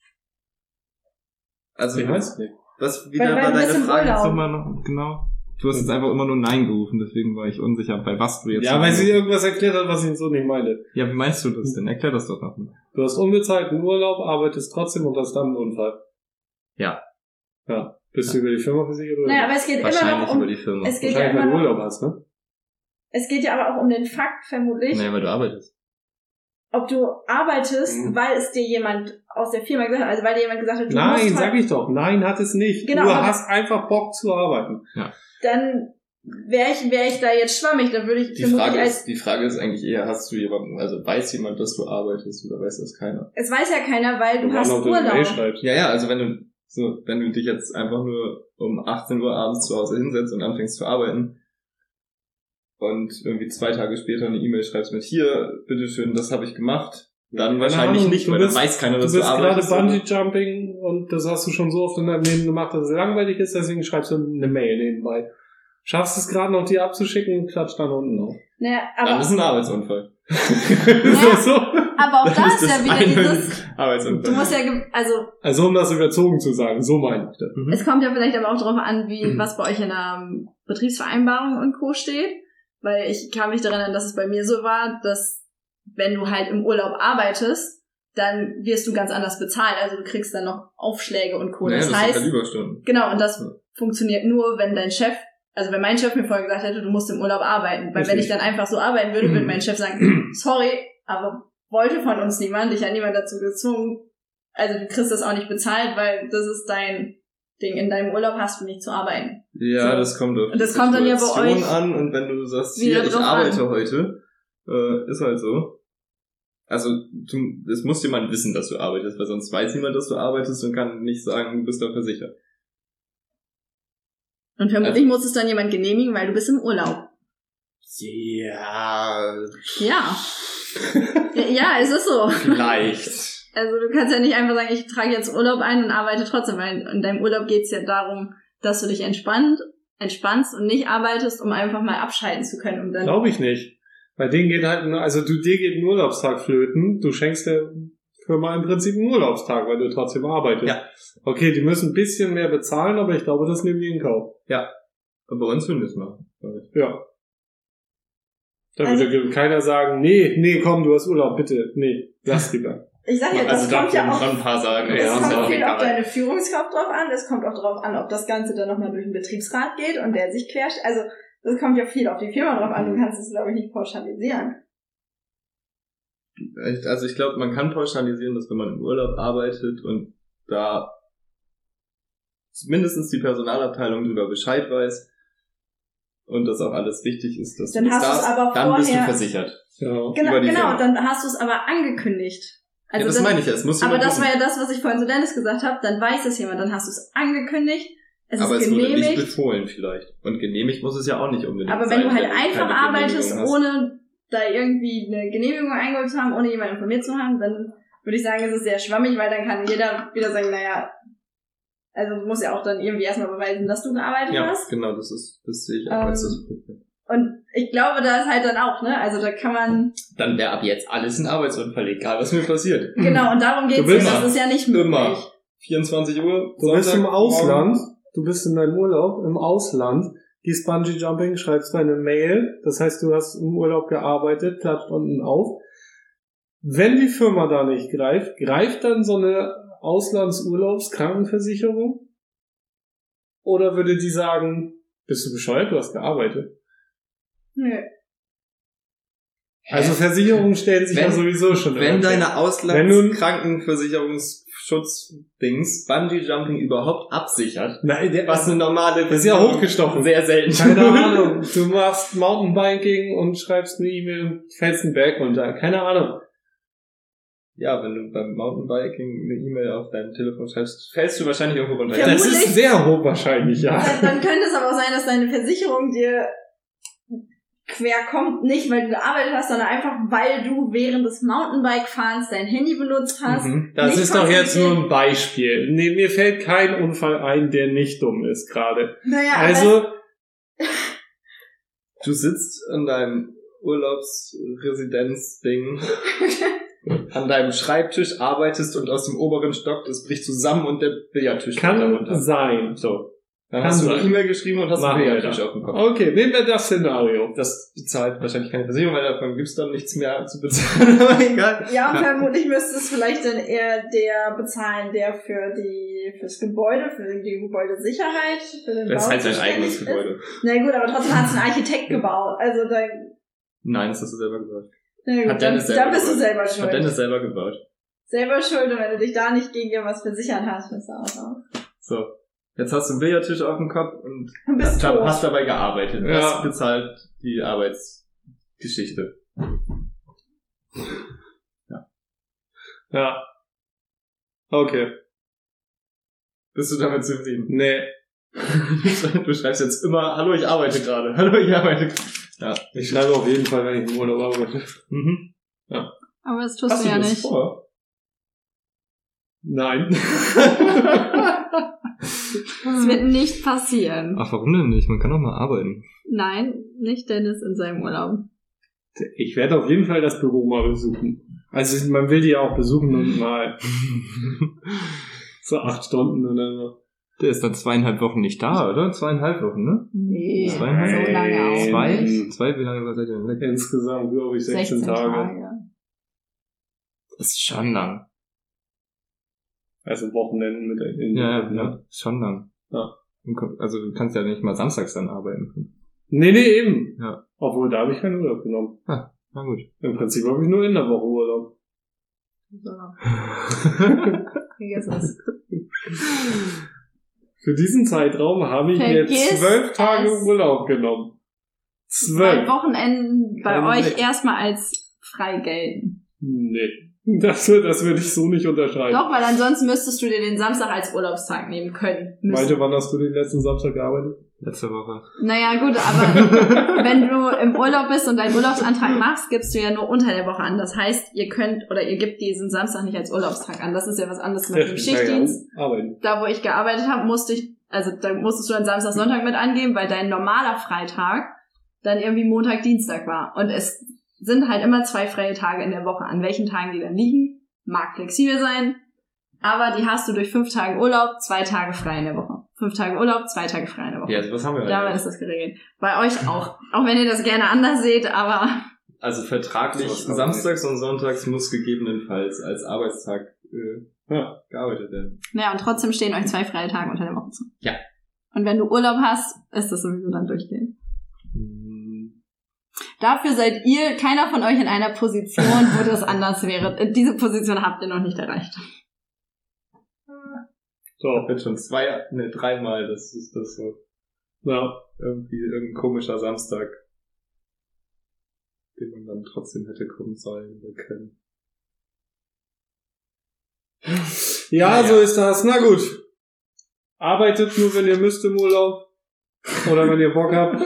Also,
Ich weiß nicht.
was wieder
Weil- weil
war
du
deine
bist im
Frage jetzt
Urlaub.
nochmal noch, genau? Du hast jetzt einfach immer nur Nein gerufen, deswegen war ich unsicher, bei was du jetzt...
Ja, weil sie irgendwas erklärt hat, was ich so nicht meinte.
Ja, wie meinst du das denn? Erklär das doch nochmal.
Du hast unbezahlten Urlaub, arbeitest trotzdem und hast dann einen Unfall.
Ja.
Ja. Bist du über die Firma versichert oder
Naja,
nicht?
aber es geht immer
Wahrscheinlich
noch um,
über die Firma.
es geht ja
Wahrscheinlich,
immer
weil du
noch,
Urlaub hast, ne?
es geht ja aber auch um den Fakt vermutlich,
Nee, weil du arbeitest.
ob du arbeitest,
Mhm.
weil es dir jemand aus der Firma gesagt hat, also weil dir jemand gesagt hat, du
Nein,
musst
sag
heute,
ich doch. Nein, hat es nicht.
Genau,
du
aber-
hast einfach Bock zu arbeiten.
dann wäre ich, wäre ich da jetzt schwammig, dann würde ich
Die
vermutlich
Frage,
als,
ist, die Frage ist eigentlich eher, hast du jemanden, also weiß jemand, dass du arbeitest oder weiß das keiner?
es weiß ja keiner, weil du
Wann
hast
auch du eine Mail
Urlaub.
schreibst.
Ja, ja, also wenn du so, wenn du dich jetzt einfach nur um achtzehn Uhr abends zu Hause hinsetzt und anfängst zu arbeiten und irgendwie zwei Tage später eine E-Mail schreibst mit hier, bitteschön, das habe ich gemacht, dann
Keine
wahrscheinlich
Ahnung,
nicht,
du
weil
bist-
dann weiß keiner,
Du
dass du,
bist gerade
arbeitest. oder?
Bungee-Jumping und das hast du schon so oft in deinem Leben gemacht, dass es langweilig ist, deswegen schreibst du eine Mail nebenbei. Schaffst es gerade noch, die abzuschicken, klatscht dann unten auf.
Naja,
Dann ist
aber,
ein Arbeitsunfall.
Ist das so?
aber auch da ist ja wieder dieses,
Arbeitsunfall.
du musst ja, ge- also,
Also um das überzogen zu sagen, so meine ich das.
Mhm.
es kommt ja vielleicht aber auch darauf an, wie,
Mhm.
was bei euch in der ähm, Betriebsvereinbarung und Co. steht, weil ich kann mich daran erinnern, dass es bei mir so war, dass wenn du halt im Urlaub arbeitest, dann wirst du ganz anders bezahlt, also du kriegst dann noch Aufschläge und Co.
Naja,
das
das
heißt,
sind halt Überstunden.
genau, und das
Ja.
funktioniert nur, wenn dein Chef, also wenn mein Chef mir vorher gesagt hätte, du musst im Urlaub arbeiten, weil wenn
Richtig.
ich dann einfach so arbeiten würde, würde mein Chef sagen, sorry, aber wollte von uns niemand, dich hat niemand dazu gezwungen, also du kriegst das auch nicht bezahlt, weil das ist dein Ding, in deinem Urlaub hast du nicht zu arbeiten.
Ja,
So.
das kommt auf
Und das
die
kommt dann ja bei
Situation
euch
an und wenn du sagst,
wieder
hier, ich
drauf
arbeite
an.
heute, äh, ist halt so. Also, du, es muss jemand wissen, dass du arbeitest, weil sonst weiß niemand, dass du arbeitest und kann nicht sagen, du bist da versichert.
Und vermutlich muss es dann jemand genehmigen, weil du bist im Urlaub.
Ja,
Ja. Ja, es ist so.
vielleicht.
Also du kannst ja nicht einfach sagen, ich trage jetzt Urlaub ein und arbeite trotzdem, weil in deinem Urlaub geht's ja darum, dass du dich entspannt, entspannst und nicht arbeitest, um einfach mal abschalten zu können. Und dann
Glaube ich nicht. Bei denen geht halt, nur- also du, dir geht ein Urlaubstag flöten, du schenkst der Firma im Prinzip einen Urlaubstag, weil du trotzdem arbeitest.
Ja.
Okay, die müssen ein bisschen mehr bezahlen, aber ich glaube, das nehmen die in Kauf.
Aber bei uns würden wir es machen. glaub ich.
Ja. Da
Also-
würde keiner sagen, nee, nee, komm, du hast Urlaub, bitte. Nee, lass lieber.
Ich sag ja, das
also da
kommt ja
können
auch,
schon ein paar sagen,
es
ja,
kommt
ja,
viel auf
egal.
deine Führungskraft drauf an, es kommt auch drauf an, ob das Ganze dann nochmal durch den Betriebsrat geht und der sich quetscht. Also, das kommt ja viel auf die Firma drauf an, du kannst es, glaube ich, nicht pauschalisieren.
Also ich glaube, man kann pauschalisieren, dass wenn man im Urlaub arbeitet und da mindestens die Personalabteilung darüber Bescheid weiß und das auch alles richtig ist, dass
Dann
du das
hast du's
darfst,
aber
dann bist du
vorher-
versichert.
Ja.
Genau,
Über die
genau,
Firma.
dann hast du es aber angekündigt. Also
ja, das
dann,
meine ich ja. Es muss
aber
jemand
das
wissen.
war ja das, was ich vorhin zu Dennis gesagt habe, dann weiß es jemand, dann hast du es angekündigt, es
aber
ist
es wurde nicht
genehmigt.
befohlen vielleicht. Und genehmigt muss es ja auch nicht unbedingt
Aber
sein,
wenn du halt
keine
einfach arbeitest,
Genehmigung hast.
ohne da irgendwie eine Genehmigung eingeholt zu haben, ohne jemanden informiert zu haben, dann würde ich sagen, ist es sehr schwammig, weil dann kann jeder wieder sagen, naja, also du musst ja auch dann irgendwie erstmal beweisen, dass du gearbeitet
Ja,
hast.
genau, das ist, das sehe ich auch als das Problem.
Und ich glaube, da ist halt dann auch, ne, also da kann man,
Dann wäre ab jetzt alles ein Arbeitsunfall, egal was mir passiert.
genau, und darum geht's
Du bist
ja,
immer-
das ist ja nicht möglich.
Immer. vierundzwanzig Uhr,
Du bist
Sonntag,
im Ausland,
morgen.
du bist in deinem Urlaub im Ausland, gehst Bungee Jumping, schreibst deine Mail, das heißt, du hast im Urlaub gearbeitet, klatscht unten auf. Wenn die Firma da nicht greift, greift dann so eine Auslandsurlaubskrankenversicherung? Oder würde die sagen, bist du bescheuert, du hast gearbeitet?
Nö.
Also Versicherungen stellen sich
Wenn-
ja sowieso schon.
Wenn
immer
deine
Wenn
Auslandskrankenversicherungsschutzdings Bungee Jumping überhaupt absichert,
Nein, der,
was eine normale
das ist ja hochgestochen.
sehr selten.
Keine Ahnung. Du machst Mountainbiking und schreibst eine E-Mail und fällst einen Berg runter. Keine Ahnung.
Ja, wenn du beim Mountainbiking eine E-Mail auf deinem Telefon schreibst, fällst du wahrscheinlich irgendwo runter.
Ja,
Das
Vermutlich-
ist sehr hochwahrscheinlich, ja.
Dann, dann könnte es aber auch sein, dass deine Versicherung dir quer kommt, nicht weil du gearbeitet hast, sondern einfach weil du während des Mountainbike-Fahrens dein Handy benutzt hast.
Mhm.
Das
Nicht
ist doch jetzt
konzentriert.
nur ein Beispiel. Nee, mir fällt kein Unfall ein, der nicht dumm ist gerade.
Naja,
Also,
Du sitzt an deinem Urlaubsresidenz-Ding an deinem Schreibtisch, arbeitest und aus dem oberen Stock, das bricht zusammen und der Billardtisch fällt
kann
darunter.
sein.
So. Dann
Kann
hast du eine
sein.
E-Mail geschrieben und hast
Machen
einen
wir
Billardtisch
das.
auf dem Kopf.
Okay, nehmen wir das Szenario.
Das bezahlt wahrscheinlich keine Versicherung, weil davon gibt's dann nichts mehr zu bezahlen, aber egal.
ja, und vermutlich müsste es vielleicht dann eher der bezahlen, der für die fürs Gebäude, für die Gebäudesicherheit, für den
Das ist
Bau
halt sein
zuständig
eigenes
ist.
Gebäude.
Na gut, aber trotzdem hat es ein Architekt gebaut. Also da,
Nein, das hast du selber gebaut.
na gut,
Hat
dann,
Dennis selber
dann bist du
gebaut.
selber
Hat
schuld.
Dennis selber gebaut.
Selber schuld, und wenn du dich da nicht gegen irgendwas versichert hast, bist du auch raus.
So. Jetzt hast du einen Billardtisch auf dem Kopf und
Du bist tot.
hast dabei gearbeitet.
Ja.
Das bezahlt die Arbeitsgeschichte.
Ja. Okay.
Bist du damit zufrieden?
Nee.
Du schreibst jetzt immer, hallo, ich arbeite gerade. Hallo, ich arbeite. Ja.
Ich schreibe auf jeden Fall, wenn ich im Urlaub arbeite.
Mhm.
Aber das tust
Hast
du
du
ja
das
nicht.
vor?
Nein.
Das wird nicht passieren.
Ach, warum denn nicht? Man kann doch mal arbeiten.
Nein, nicht Dennis in seinem Urlaub.
Ich werde auf jeden Fall das Büro mal besuchen. Also man will die ja auch besuchen und mal so acht Stunden oder so.
Der ist dann zweieinhalb Wochen nicht da, oder? Zweieinhalb Wochen, ne?
Nee,
Zweieinhalb?
so lange auch
Zwei?
nicht.
Zwei? Wie lange seid ihr denn weg?
Insgesamt, glaube ich, sechzehn, Tage.
Das ist schon lang.
Also Wochenenden mit in
Ja, ja, ja. Schon lang.
Ja.
Also du kannst ja nicht mal samstags dann arbeiten.
Nee, nee, eben.
Ja.
Obwohl, da habe ich keinen Urlaub genommen.
Ah, na gut.
Im Prinzip habe ich nur in der Woche Urlaub.
So. Vergiss es.
Für diesen Zeitraum habe ich mir
Vergiss
zwölf Tage
es.
Urlaub genommen.
Zwei
Zwölf.
Wochenenden bei
Keine
euch
Welt.
erstmal als frei gelten.
Nee. Das, das würde ich so nicht unterschreiben.
Doch, weil ansonsten müsstest du dir den Samstag als Urlaubstag nehmen können. Müssen.
Meinte, wann hast du den letzten Samstag gearbeitet?
Letzte Woche.
Naja, gut, aber wenn du im Urlaub bist und deinen Urlaubsantrag machst, gibst du ja nur unter der Woche an. Das heißt, ihr könnt oder ihr gebt diesen Samstag nicht als Urlaubstag an. Das ist ja was anderes mit dem Schichtdienst.
Arbeiten.
Da, wo ich gearbeitet habe, musste ich, also da musstest du dann Samstag, Sonntag mit angeben, weil dein normaler Freitag dann irgendwie Montag, Dienstag war. Und es sind halt immer zwei freie Tage in der Woche. An welchen Tagen die dann liegen, mag flexibel sein, aber die hast du durch fünf Tage Urlaub, zwei Tage frei in der Woche. Fünf Tage Urlaub, zwei Tage frei in der Woche.
Ja, also was haben wir
Damit ist das geregelt. Bei euch auch. Auch wenn ihr das gerne anders seht, aber
Also vertraglich
So,
samstags und sonntags muss gegebenenfalls als Arbeitstag äh,
Ja.
gearbeitet werden.
Naja, und trotzdem stehen euch zwei freie Tage unter der Woche zu.
Ja.
Und wenn du Urlaub hast, ist das sowieso dann durchgehend.
Hm.
Dafür seid ihr, keiner von euch in einer Position, wo das anders wäre. Diese Position habt ihr noch nicht erreicht.
So,
Jetzt schon zwei, ne, dreimal, das ist das so.
ja.
Irgendwie irgendein komischer Samstag, den man dann trotzdem hätte kommen sollen oder können.
Ja,
Naja.
so ist das. Na gut. Arbeitet nur, wenn ihr müsst im Urlaub. Oder wenn ihr Bock habt.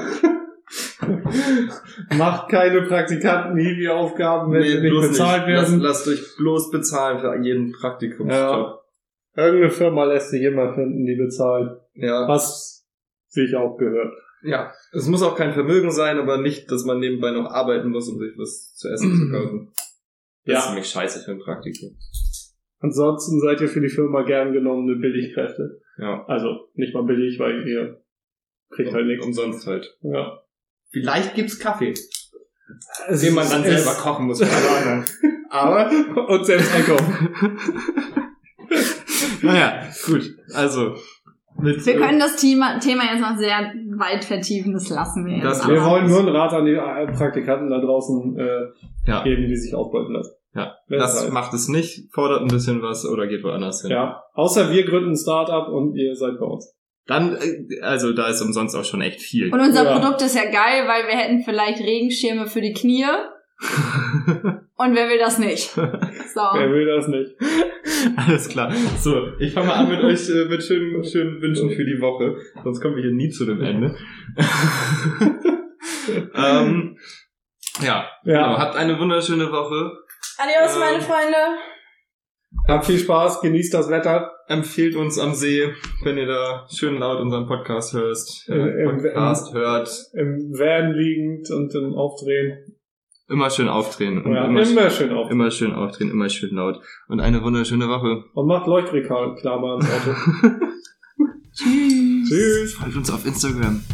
Macht keine Praktikanten-Hiwi-Aufgaben, wenn sie nicht
bloß
bezahlt
nicht.
werden.
Lasst, lasst euch bloß bezahlen für jeden Praktikumsjob.
Ja. Irgendeine Firma lässt sich immer finden, die bezahlt.
Ja.
Was sich auch gehört.
Ja. Es muss auch kein Vermögen sein, aber nicht, dass man nebenbei noch arbeiten muss, um sich was zu essen zu kaufen. Das
Ja.
ist nämlich scheiße für ein Praktikum.
Ansonsten seid ihr für die Firma gern genommene Billigkräfte.
Ja.
Also, nicht mal billig, weil ihr kriegt halt nichts.
Umsonst halt.
Ja.
Vielleicht gibt's Kaffee,
Es
den man dann
ist-
selber kochen muss für alle anderen. Aber,
Und selbst einkaufen.
naja, gut. Also, mit,
Wir
äh,
können das Thema, Thema jetzt noch sehr weit vertiefen, das lassen wir jetzt.
Das-
aber-
Wir wollen nur einen Rat an die äh, Praktikanten da draußen äh,
ja,
geben, die sich ausbeuten lassen.
ja.
Wer
Das
weiß.
macht es nicht, fordert ein bisschen was oder geht woanders hin.
Ja. Außer wir gründen ein Start-up und ihr seid bei uns.
Dann, äh, also da ist umsonst auch schon echt viel.
Und unser
Ja.
Produkt ist ja geil, weil wir hätten vielleicht Regenschirme für die Knie. Und wer will das nicht? So.
Wer will das nicht?
Alles klar. So, ich fange mal an mit euch äh, mit schönen, schönen Wünschen für die Woche. Sonst kommen wir hier nie zu dem Ende. ähm, ja,
Ja.
Genau. Habt eine wunderschöne Woche.
Adios,
Ähm,
meine Freunde.
Habt viel Spaß, genießt das Wetter.
Empfehlt uns am See, wenn ihr da schön laut unseren Podcast hörst.
Im-
Äh,
im-
Podcast hört.
Im Van liegend und im Aufdrehen.
Immer schön aufdrehen. Und
Ja,
immer,
immer schön auf.
immer schön aufdrehen, immer schön laut. Und eine wunderschöne Woche.
Und macht Leuchtreklame ans Auto.
Tschüss.
Tschüss.
Folgt uns auf Instagram.